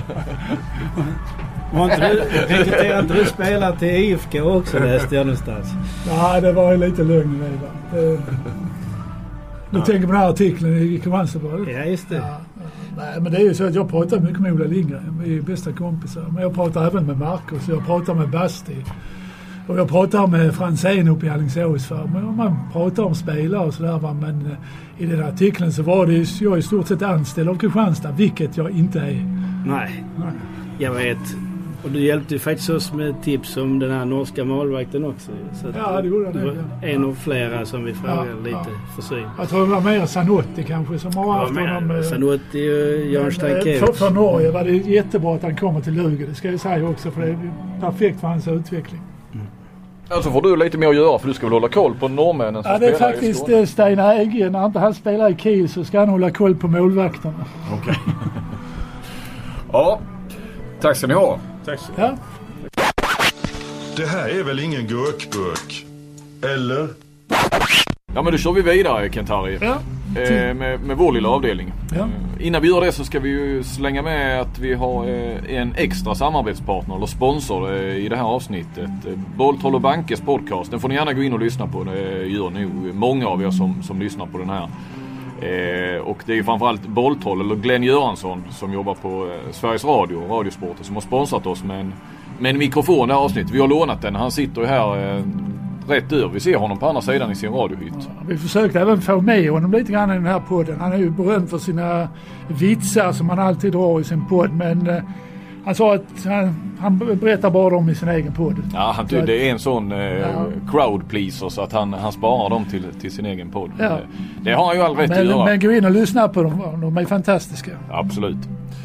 Rekryterar inte du spelare till IFK också, läste jag någonstans? Nej, det var ju lite lugn i det. Du tänker på den här artikeln i Kristianstad. Ja, just det. Ja. Nej, men det är ju så att jag pratar mycket med Ola Lindgren. Vi är bästa kompisar. Men jag pratar även med Marcus. Jag pratar med Basti. Och jag pratar med Franzén uppe i Alingsås. Man pratar om spelare och sådär. Men i den artikeln så var det ju, jag är i stort sett anställd av Kristianstad. Vilket jag inte är. Nej, jag vet. Och du hjälpte ju faktiskt oss med tips om den här norska målvakten också. Så ja, det gjorde jag. En av flera som vi frågade lite för syn. Jag tror det var mer Sanotti kanske som har haft honom. Sanotti och Jan Stankiewicz. För Norge var det jättebra att han kommer till Lugi. Det ska jag säga också, för det är perfekt för hans utveckling. Alltså får du lite mer att göra, för du ska väl hålla koll på norrmännen som det är spelar faktiskt Stein Äge. När inte han spelar i Kiel så ska han hålla koll på målvakterna. Okej. Ja, tack ska ni ha. Tack så. Ja. Det här är väl ingen gurkburk? Eller? Ja, men då kör vi vidare, Kent-Harry. Ja. Med vår lilla avdelning. Ja. Innan vi gör det så ska vi ju slänga med att vi har en extra samarbetspartner eller sponsor i det här avsnittet. Bolltroll och Bankes podcast. Den får ni gärna gå in och lyssna på. Det gör nog många av er som lyssnar på den här. Och det är ju framförallt Bolltroll eller Glenn Göransson som jobbar på Sveriges Radio och Radiosporter som har sponsrat oss med en mikrofon i det här avsnittet. Vi har lånat den. Han sitter ju här rätt över. Vi ser honom på andra sidan i sin radiohytt. Ja, vi försökte även få med honom lite grann i den här podden. Han är ju berömd för sina vitsar som han alltid drar i sin podd. Men han sa att han berättar bara dem i sin egen podd. Ja, det är en sån crowd pleaser så att han sparar dem till sin egen podd. Ja. Det har han ju all rätt att göra. Men gå in och lyssna på dem. De är fantastiska. Absolut.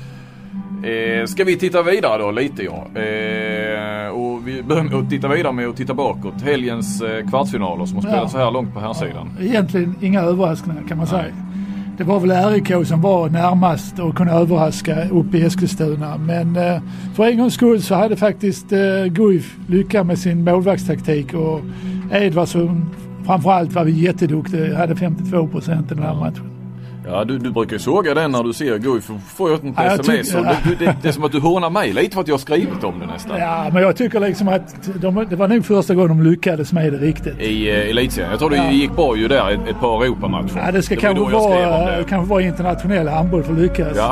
Ska vi titta vidare då lite och vi börjar med att titta vidare med att titta bakåt. Helgens kvartsfinaler som har spelat så här långt på här sidan. Egentligen inga överraskningar kan man säga. Det var väl RIK som var närmast att kunna överraska upp i Eskilstuna. Men för en gångs skull så hade faktiskt Guif lyckats med sin målvaktstaktik och Edvardsson framförallt var vi jätteduktiga. Hade 52% i den här matchen. Ja, du brukar ju såga den när du ser Guif. Får jag inte sms. Det är som att du hånar mig lite för att jag har skrivit om det nästan. Ja, men jag tycker liksom att det var nog första gången de lyckades med det riktigt. I elitserien. Jag tror det gick bra ju där ett par Europamatcher. Ja, det ska kanske vara internationell handboll för att lyckas. Ja.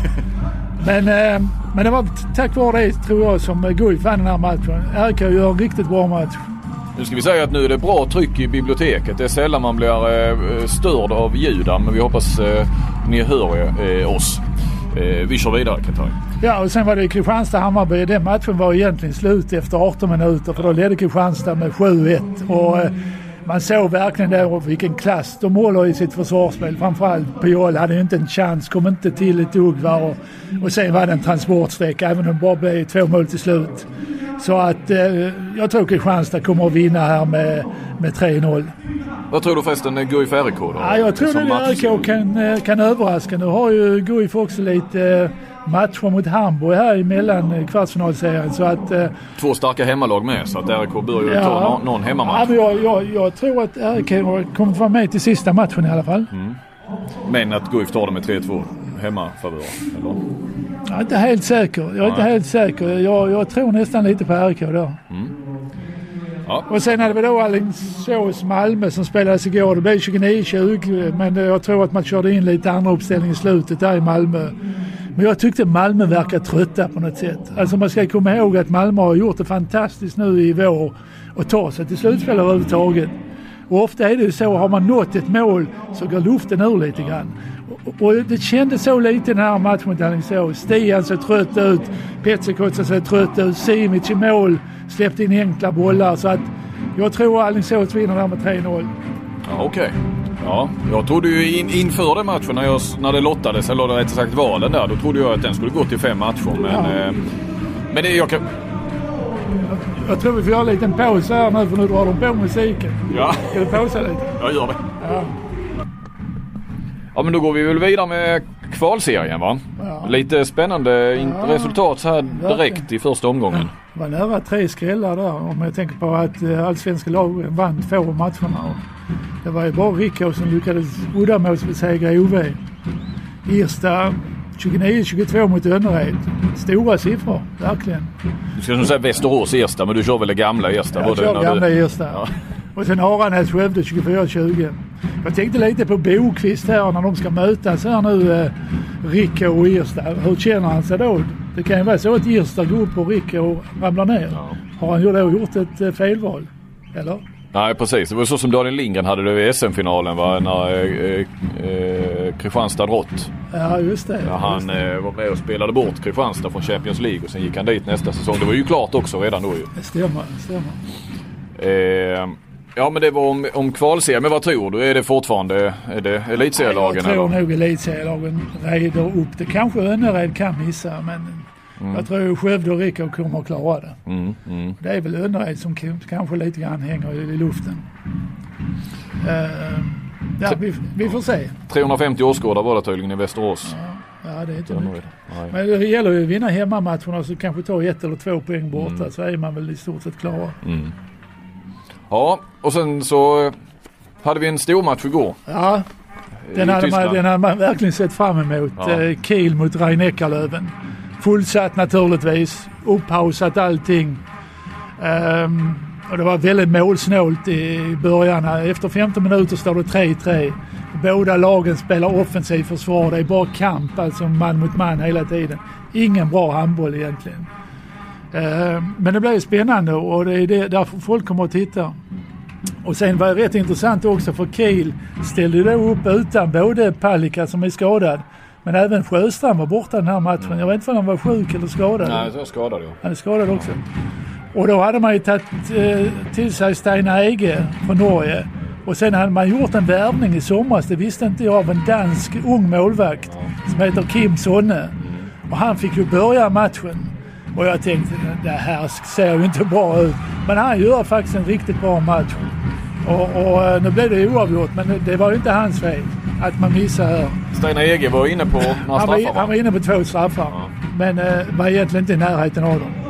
Men det var tack vare det tror jag som Guif vann den här matchen. RIK gör en riktigt bra match. Nu ska vi säga att nu är det bra tryck i biblioteket. Det är sällan man blir störd av ljuden, men vi hoppas ni hör oss. Vi kör vidare, Katarina. Ja, och sen var det Kristianstad-Hammarby. Den matchen var egentligen slut efter 18 minuter för då ledde Kristianstad med 7-1 och man såg verkligen där vilken klass de håller i sitt försvarsspel. Framförallt Pujol hade ju inte en chans, kom inte till ett dugg och sen var det en transportsträcka även om det bara blev 2 mål till slut. Så att jag tror Kristianstad kommer att vinna här med 3-0. Vad tror du förresten Guif RIK då? Ja, jag tror att RIK kan överraska. Nu har ju Guif också lite matcher mot Hamburg här emellan kvartsfinalserien. Så att, 2 starka hemmalag med så att RIK bör ju ta någon hemmamatch. Ja, jag tror att RIK kommer att vara med till sista matchen i alla fall. Mm. Men att Guif tar det med 3-2 hemmafavör, eller? Jag är inte helt säker. Jag tror nästan lite på RIK då. Mm. Ja. Och sen hade vi då Alingsås Malmö som spelades igår. Det blev 29-20 men jag tror att man körde in lite andra uppställning i slutet där i Malmö. Men jag tyckte Malmö verkar trötta på något sätt. Alltså man ska komma ihåg att Malmö har gjort det fantastiskt nu i vår och ta sig till slutspel överhuvudtaget. Och ofta är det ju så, har man nått ett mål så går luften ur lite grann. Och det kändes så lite i den här matchen mot Alingsås. Stian ser trött ut, Petsekotsa ser trött ut, Simic i mål, släppte in enkla bollar. Så att jag tror att Alingsås vinner där med 3-0. Ja, okej. Ja, jag trodde ju inför den matchen när det lottades, eller rättare sagt valen där, då trodde jag att den skulle gå till 5 matcher. Men det jag kan... Jag tror vi får göra en liten paus här nu för nu drar de på musiken. Ja. Ska du pausa lite? Jag gör det. Ja, men då går vi väl vidare med kvalserien, va? Ja. Lite spännande resultat så här direkt i första omgången. Det var nära 3 skrällar där om jag tänker på att allsvenska lag vann 2 matcherna. Det var ju bara Rickå som lyckades uddamålsbesegra OV. Irsta 29-22 mot Önnered. Stora siffror, verkligen. Du ska nog säga Västerås Irsta, men du kör väl det gamla Irsta? Jag kör gamla Irsta. Ja. Och sen Aranäs Skövde 24-20. Jag tänkte lite på Bokvist här när de ska mötas här nu, Rickå och Irsta. Hur känner han sig då? Det kan ju vara så att Irsta går upp och Rickå ramlar ner. Ja. Har han ju då gjort ett felval? Eller? Nej, precis. Det var så som Daniel Lindgren hade det i SM-finalen när Kristianstad rått. Ja, just det. När han var med och spelade bort Kristianstad från Champions League och sen gick han dit nästa säsong. Det var ju klart också redan då ju. Det stämmer. Ja, men det var om kvalserien. Men vad tror du? Är det fortfarande elitserielagen? Jag tror nog elitserielagen reder upp det. Kanske Önnered kan missa, men jag tror Skövde och Rickå kommer att klara det. Det är väl Önnered som kanske lite grann hänger i luften. Vi får se. 350 årsgårdar var det tydligen i Västerås. Ja, det är inte mycket. Men det gäller ju att vinna hemmamatcherna så kanske ta 1 eller 2 poäng borta så är man väl i stort sett klara. Ja, och sen så hade vi en stor match igår. Ja. Den hade man verkligen sett fram emot. Kiel mot Rhein-Neckarlöven. Fullsatt naturligtvis. Upphausat allting. Och det var väldigt målsnålt i början. Efter 15 minuter står det 3-3. Båda lagen spelar offensiv försvar. Det är bara kamp, alltså man mot man hela tiden. Ingen bra handboll egentligen. Men det blev spännande och det är därför folk kommer att titta. Och sen var det rätt intressant också för Kiel ställde då upp utan både Palicka som är skadad, men även Sjöstrand var borta den här matchen. Jag vet inte om han var sjuk eller skadad. Nej, så skadad. Han är skadad också. Och då hade man ju tagit till sig Steinar Ege från Norge. Och sen hade man gjort en värvning i somras, det visste inte jag, av en dansk ung målvakt som heter Kim Sonne. Och han fick ju börja matchen. Och jag tänkte, det här ser ju inte bra ut. Men han gör faktiskt en riktigt bra match. Och nu blev det oavgjort, men det var ju inte hans fel att man missade här. Steinar Ege var inne på några straffar. Han var inne på 2 straffar, men var egentligen inte i närheten av dem.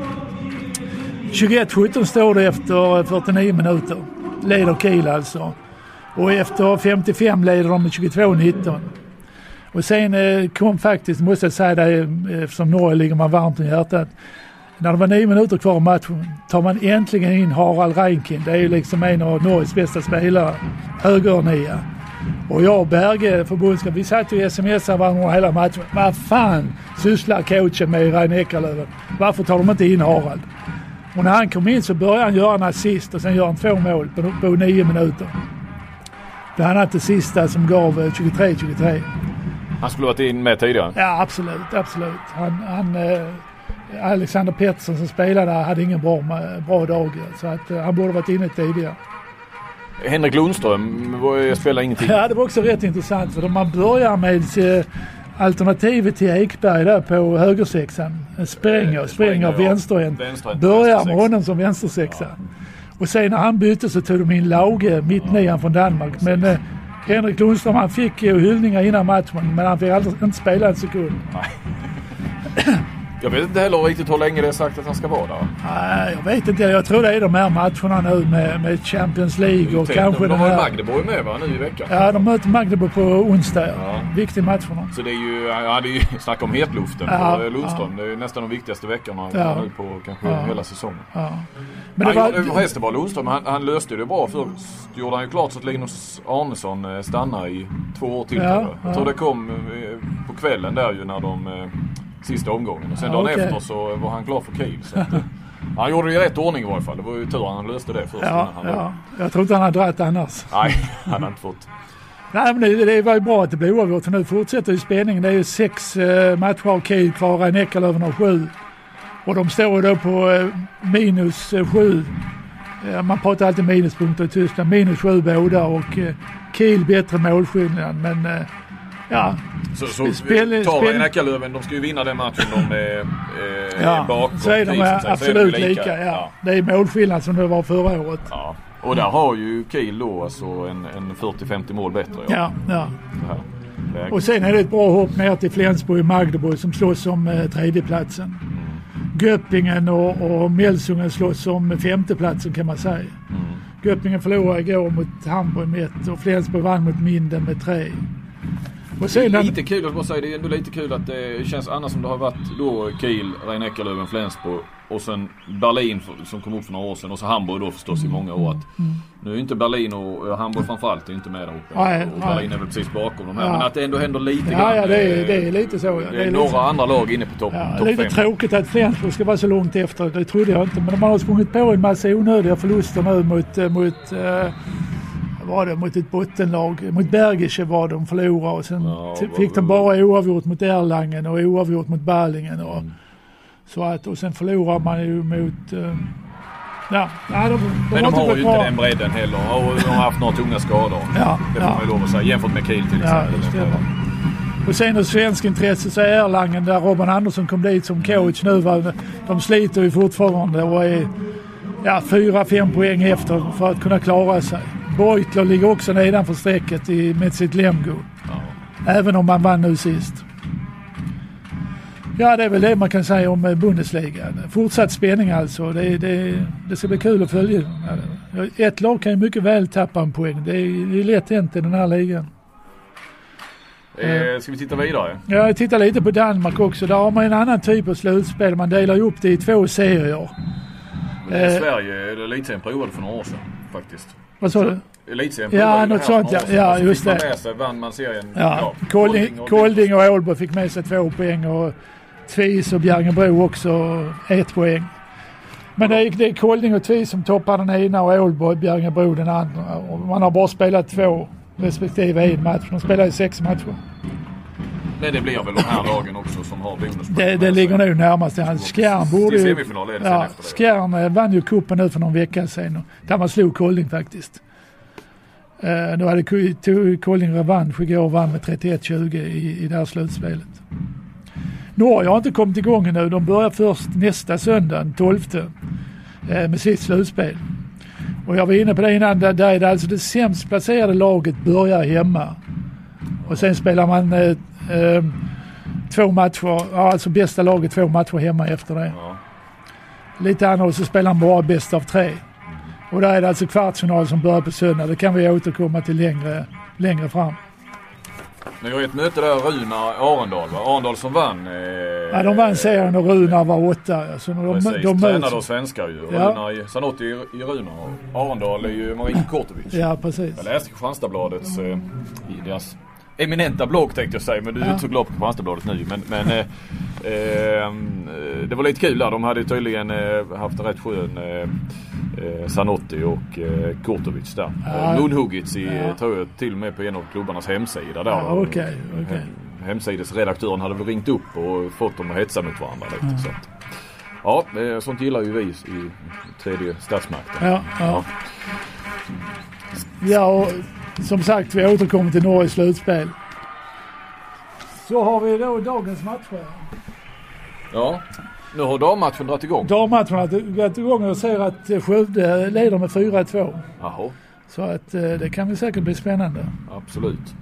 21-17 står det efter 49 minuter. Leder Kiel alltså. Och efter 55 leder de med 22-19. Och sen kom faktiskt, måste jag säga det, eftersom Norge ligger man varmt i hjärtat. När det var 9 minuter kvar i matchen tar man äntligen in Harald Reinkind. Det är ju liksom en av Norges bästa spelare. Högernia. Och jag och Berge, förbundskapten, vi satt ju smsar varandra hela matchen. Vad fan sysslar coachen med i Rhein-Neckarlöven? Varför tar de inte in Harald? Och när han kom in så började han göra en assist och sen gör han 2 mål på 9 minuter. Bland annat det sista som gav 23-23. Han skulle varit in med tidigare? Ja, absolut. Han Alexander Pettersson som spelade hade ingen bra dag. Så att han borde varit inne tidigare. Henrik Lundström spelar ingenting. Ja, det var också rätt intressant. För man börjar med alternativet till Ekberg där på högersexan. Spränger vänsterhänt. Börjar med honom som vänstersexa. Ja. Och sen när han bytte så tog de in Lauge, mittnian från Danmark. Men Henrik Lundström, han fick hyllningar innan matchen, men han fick inte spela en sekund. Nej. Jag vet inte heller riktigt hur länge det är sagt att han ska vara där. Nej, jag vet inte. Jag tror det är de här matcherna nu med Champions League och kanske de har Magdeburg med va, nu i veckan. Ja, de möter Magdeburg på onsdag. Ja. Viktig match för dem. Så det är ju, det är ju snacka om hetluften på Lundström. Ja. Det är nästan de viktigaste veckorna nu på kanske hela säsongen. Ja. Men det var Lundström, han löste det bra. Först gjorde han ju klart så att Linus Arnesson stannar i 2 år till. Jag tror det kom på kvällen där ju när de sista omgången. Och sen dagen efter så var han klar för Kiel. Så att, han gjorde det i rätt ordning i varje fall. Det var ju tur att han löste det först. Jag tror inte han hade dratt annars. Nej, han hade inte fått. Nej, men det var ju bra att det blev oavgjort. För nu fortsätter ju spänningen. Det är ju 6 matcher av Kiel kvar. Rhein-Neckarlöven har 7. Och de står då på minus 7. Man pratar alltid minuspunkter i Tyskland. Minus 7 båda och Kiel bättre målskillnad. Men Så Rhein-Neckarlöven, de ska ju vinna den matchen de är bakom. Så är de absolut lika. Det är målskillnad som det var förra året. Ja. Och där har ju Kiel då alltså en 40-50 mål bättre. Ja. Och sen är det ett bra hopp ner till Flensburg och Magdeburg som slåss om tredjeplatsen. Göppingen och Melsungen slåss om 5:e platsen kan man säga. Göppingen förlorade igår mot Hamburg med 1 och Flensburg vann mot Minden med 3. Och sen lite kul att bara säga, det är ändå lite kul att det känns annars som det har varit då Kiel, Rhein-Neckarlöven, Flensburg och sen Berlin som kom upp för några år sedan och så Hamburg då förstås i många år. Nu är inte Berlin och Hamburg framförallt är inte med där uppe. Och Berlin är väl precis bakom de här. Men att det ändå händer lite grann. Ja, det är lite så. Det är några andra lag inne på topp 5. Lite tråkigt att Flensburg ska vara så långt efter. Det trodde jag inte. Men de har sprungit på en massa onödiga förluster nu mot ett bottenlag. Mot Bergische var de förlorade och sen fick de bara oavgjort mot Erlangen och oavgjort mot Balingen. Och sen förlorar man ju mot... men de har ju inte den bredden heller. De har haft några tunga skador. Det får man ju lov att säga. Jämfört med Kiel till exempel. Och sen ur svensk intresse så är Erlangen där Robin Andersson kom dit som coach nu. De sliter ju fortfarande och är 4-5 poäng efter för att kunna klara sig. Beutler ligger också nedanför strecket med sitt Lemgo. Även om man vann nu sist. Ja, det är väl det man kan säga om Bundesliga. Fortsatt spänning alltså. Det ska bli kul att följa. Ett lag kan ju mycket väl tappa en poäng. Det är lätt hänt i den här ligan. Ska vi titta vidare? Ja, jag tittar lite på Danmark också. Där har man en annan typ av slutspel. Man delar upp det i 2 serier. Sverige är elitserien provade för några år sedan faktiskt. Vad sa du? Elitserien ja, något sånt. Ja, just det. Med sig, vann man serien. Ja, Kolding och Ålborg fick med sig 2 poäng och Tvis och Bjärringebro också 1 poäng. Men det är Kolding och Tvis som toppar den ena och Ålborg och Bjärringebro den andra. Och man har bara spelat 2 respektive 1 match. De spelar i 6 matcher. Nej, det blir väl de här lagen också som har bonus. Det ligger nog närmast. Skjern borde ju... Semifinal är det sen efter det. Skjern vann ju kuppen nu för någon vecka sedan. Där man slog Kolding faktiskt. Då hade Kolding revansch igår och vann med 31-20 i det här slutspelet. Norge har inte kommit igång nu. De börjar först nästa söndag, den 12, med sitt slutspel. Och jag var inne på det innan, där är det alltså det sämst placerade laget börjar hemma. Och sen spelar man 2 matcher, alltså bästa laget 2 matcher hemma efter det. Ja. Lite annat så spelar man bara bäst av 3. Och där är det alltså kvartsfinal som börjar på söndag. Det kan vi återkomma till längre fram. Ni har ett möte där, Runar-Arendal, va? Arendal som vann. Ja, de vann serien och Runar var 8. Alltså, de tränade av svenskar ju. Ja. Runar, Sanotti i Runar. Arendal är ju Marin Kortovic. Ja, precis. Jag läste Kristianstadsbladets i deras eminenta blogg tänkte jag säga. Men du är inte så glad på Kristianstadsbladet nu. Men det var lite kul där. De hade tydligen haft en rätt skön Sanotti och Kortovic där. Munhuggits tror jag till och med på en av klubbarnas hemsida där. Ja, okej. Hemsidesredaktören hade väl ringt upp och fått dem att hetsa mot varandra lite. Så att, ja, sånt gillar ju vi i tredje statsmakten. Ja, och som sagt, vi återkommer till Norges slutspel. Så har vi då dagens matcher. Ja, nu har dammatchen dragit igång. Dammatchen har dragit igång och jag ser att Skövde leder med 4-2. Jaha. Så att det kan väl säkert bli spännande. Absolut.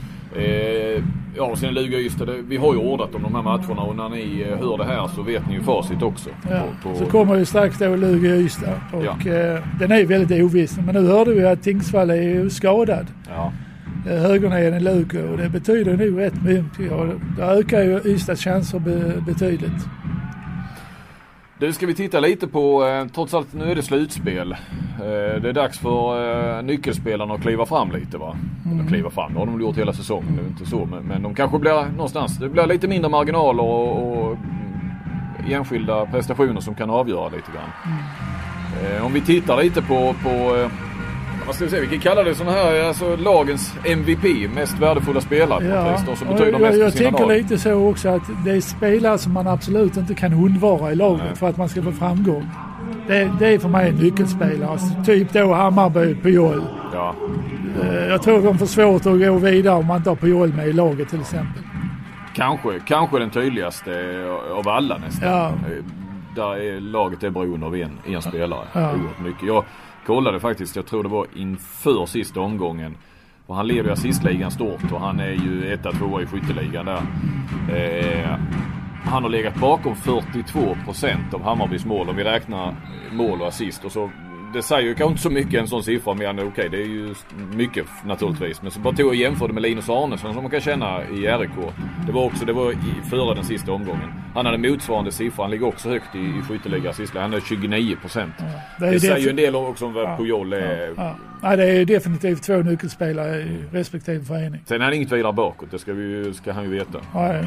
Sen Luga Ystad, vi har ju ordat om de här matcherna och när ni hör det här så vet ni ju facit också. Ja, så kommer ju strax då Luga Ystad och den är väldigt oviss. Men nu hörde vi att Tingsvall är ju skadad. Ja. Högerneden i Luga och det betyder nog rätt mycket. Det ökar ju Ystads chanser betydligt. Du, ska vi titta lite på, trots allt nu är det slutspel. Det är dags för nyckelspelarna att kliva fram lite, va? Eller kliva fram, det har de gjort hela säsongen, det är inte så. Men de kanske blir någonstans, det blir lite mindre marginaler och enskilda prestationer som kan avgöra lite grann. Om vi tittar lite på vad ska vi säga, vi kan kalla det sån här, alltså lagens MVP, mest värdefulla spelare. Ja, som betyder mest jag tänker lag. lite så också att det är spelare som man absolut inte kan undvara i laget för att man ska få framgång. Det är för mig en nyckelspelare. Alltså, typ då Hammarby, Pujol. Ja. Jag tror de får svårt att gå vidare om man inte har Pujol med i laget till exempel. Kanske den tydligaste av alla nästan. Ja. Där är laget är beroende av en spelare. Oerhört mycket. Jag kollade faktiskt, jag tror det var inför sista omgången. Och han leder ju assistligan stort och han är ju 1-2 i skytteligan där. Han har legat bakom 42% av Hammarbys mål om vi räknar mål och assist. Och så, det säger ju kanske inte så mycket en sån siffra, men okej, det är ju mycket naturligtvis. Men så bara tog jag jämförde med Linus Arnesson som man kan känna i RIK. Det var före den sista omgången. Han hade motsvarande siffra, han ligger också högt i skytteliga assistligan. Han är 29%. Det säger ju en del också om vad Pujol är. Ja, det är definitivt 2 nyckelspelare i respektive förening. Sen är han inget vidare bakåt, det ska han ju veta. Nej.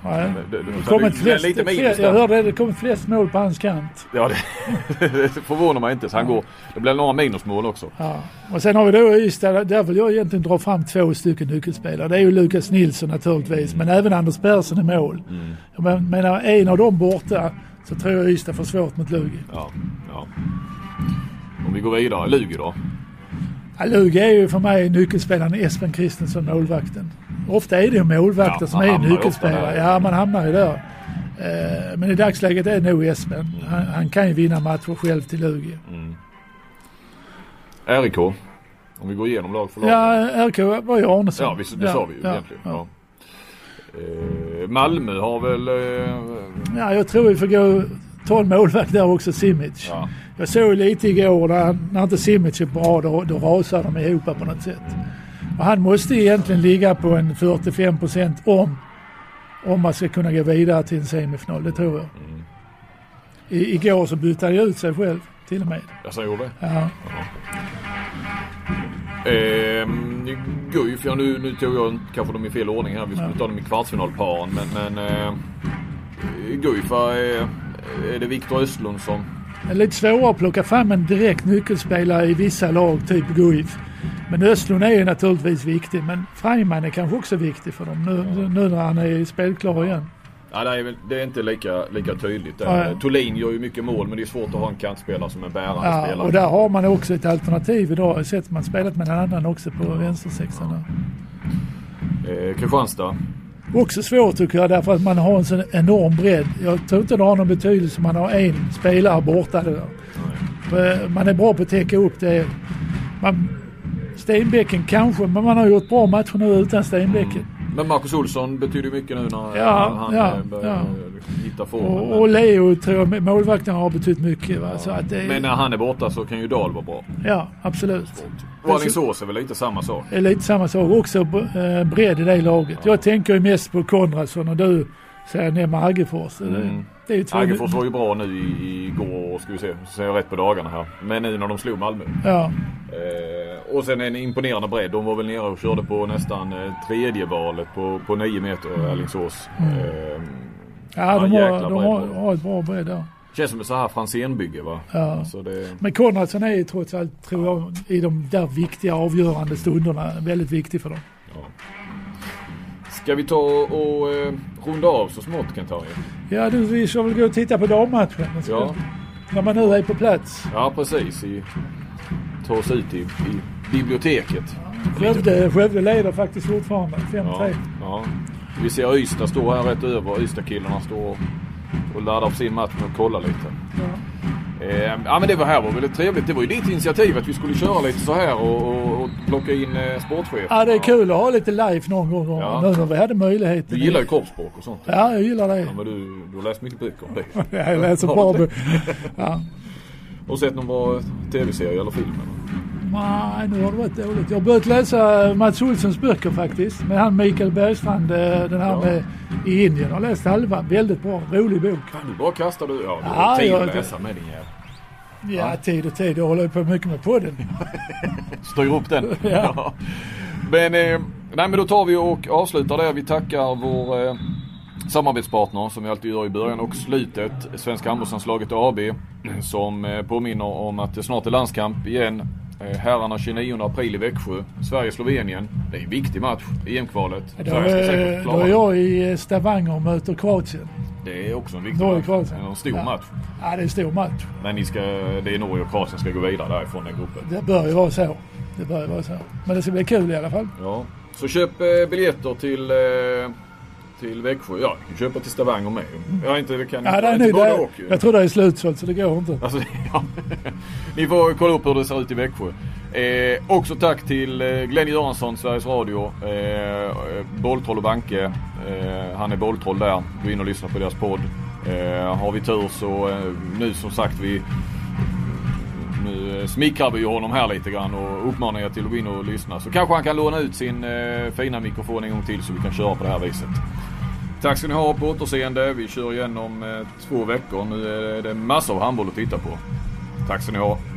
Jag hörde det kommer flest mål på hans kant. Ja, det förvånar mig inte. Så det blir några minusmål också. Ja. Och sen har vi då Ystad, där vill jag egentligen dra fram 2 stycken nyckelspelare. Det är ju Lukas Nilsson naturligtvis, men även Anders Persson i mål. Jag menar, en av dem borta så tror jag Ystad får svårt mot Lugi. Ja. Om vi går vidare, Lugi då? Ja, Lugi är ju för mig nyckelspelaren Espen Kristensson, målvakten. Ofta är det ju målvakter som är nyckelspelare. Ja, man hamnar ju där. Men i dagsläget är det nog Espen. Han kan ju vinna matcher själv till Lugi. RIK, om vi går igenom lag för lag. Ja, RIK var ju Arnesson. Ja, det sa vi ju egentligen. Ja. Malmö har väl... Ja, jag tror vi får gå 12 målvakt där också, Simic. Ja. Jag såg lite igår när inte Simic är bra, då rasar de ihop på något sätt. Och han måste egentligen ligga på en 45% om man ska kunna gå vidare till en semifinal, det tror jag. Igår så bytte han ut sig själv till och med. Jag sa gjorde det? Ja. Guif, nu tog jag kanske dem i fel ordning här. Vi skulle ta dem i kvartsfinalparen. Men Guif, är det Viktor Östlund som... Det är lite svårare att plocka fram en direkt nyckelspelare i vissa lag, typ Guif. Men Östlund är ju naturligtvis viktig. Men Freiman är kanske också viktig för dem nu när han är spelklar igen. Ja, det är inte lika tydligt. Thulin gör ju mycket mål, men det är svårt att ha en kantspelare som en bärande spelare. Och där har man också ett alternativ idag. Jag har sett man spelat med en annan också på vänstersexan. Kristianstad. Också svårt tycker jag, därför att man har en sån enorm bredd. Jag tror inte det har någon betydelse om man har en spelare borta där. Man är bra på att täcka upp det. Stenbäcken kanske, men man har gjort bra matcher nu utan Stenbäcken. Men Marcus Olsson betyder mycket nu när han börjar hitta formen. Och Leo tror jag målvakten har betytt mycket. Va? Så att men när han är borta så kan ju Dahl vara bra. Ja, absolut. Och Alingsås är väl lite samma sak? Det är lite samma sak. Också bredd i det laget. Ja. Jag tänker ju mest på Konradsson och du säger nämna Aggefors. Aggefors var ju bra nu igår, ska vi se, så säger jag rätt på dagarna här. Men nu när de slog Malmö. Ja. Och sen en imponerande bredd. De var väl nere och körde på nästan tredje valet på 9 meter Alingsås. De har ett bra bredd där. Känns som ett så här Franzén-bygge, va? Ja. Alltså Men Konradsson är ju trots allt, tror jag, i de där viktiga avgörande stunderna väldigt viktig för dem. Ja. Ska vi ta och runda av så smått, Kent-Harry? Ja, vi ska väl gå och titta på dammatchen. Ja. När man nu är på plats. Ja, precis. Ta oss ut i biblioteket. Skövde leder faktiskt fortfarande 5-3. Ja. Vi ser Ystad stå här rätt över. Ystad-killarna står och laddar på sin match och kollar lite. Ja. Men det var väldigt trevligt. Det var ju ditt initiativ att vi skulle köra lite så här och plocka in sportchefen. Ja, det är kul att ha lite live någon gång nu när vi hade möjligheten. Du gillar ju kroppsspråk och sånt. Ja, jag gillar det. Ja, men du har läst mycket böcker om det. Ja, jag läser bra böcker. Ja. Och sett någon bra tv-serie eller film? Nej, nu har det varit dåligt. Jag har börjat läsa Mats Olssons böcker faktiskt. Med han Mikael Bergstrand, den här med i Indien. Jag har läst halva. Väldigt bra, rolig bok. Du bara kastar du. Ja, du har tid att läsa med din jävel. Ja, tid och tid. Jag håller på mycket med podden. Styr upp den. Ja. Men då tar vi och avslutar där. Vi tackar vår samarbetspartner som vi alltid gör i början och slutet. Svenska handbollslandslaget AB som påminner om att det snart är landskamp igen. Herrarna 29 april i Växjö. Sverige-Slovenien. Det är en viktig match i EM-kvalet. Då är jag i Stavanger och möter Kroatien. Det är också en viktig match. Det är en stor match. Ja, det är en stor match. Men det är Norge och Kroatien ska gå vidare därifrån den gruppen. Det bör ju vara så. Men det ska bli kul i alla fall. Ja. Så köp biljetter till Växjö. Ja, du kan köpa till Stavanger med. Jag tror det är slutsålt så det går inte. Alltså, ja. Ni får kolla upp hur det ser ut i Växjö. Också tack till Glenn Göransson, Sveriges Radio, Bolltroll och Banke. Han är Bolltroll där. Gå in och lyssna på deras podd. Har vi tur så nu som sagt nu smickrar vi honom här lite grann och uppmanar er till att gå in och lyssna. Så kanske han kan låna ut sin fina mikrofon en gång till så vi kan köra på det här viset. Tack ska ni ha på återseende. Vi kör igen om 2 veckor. Nu är det massor av handboll att titta på. Tack ska ni ha.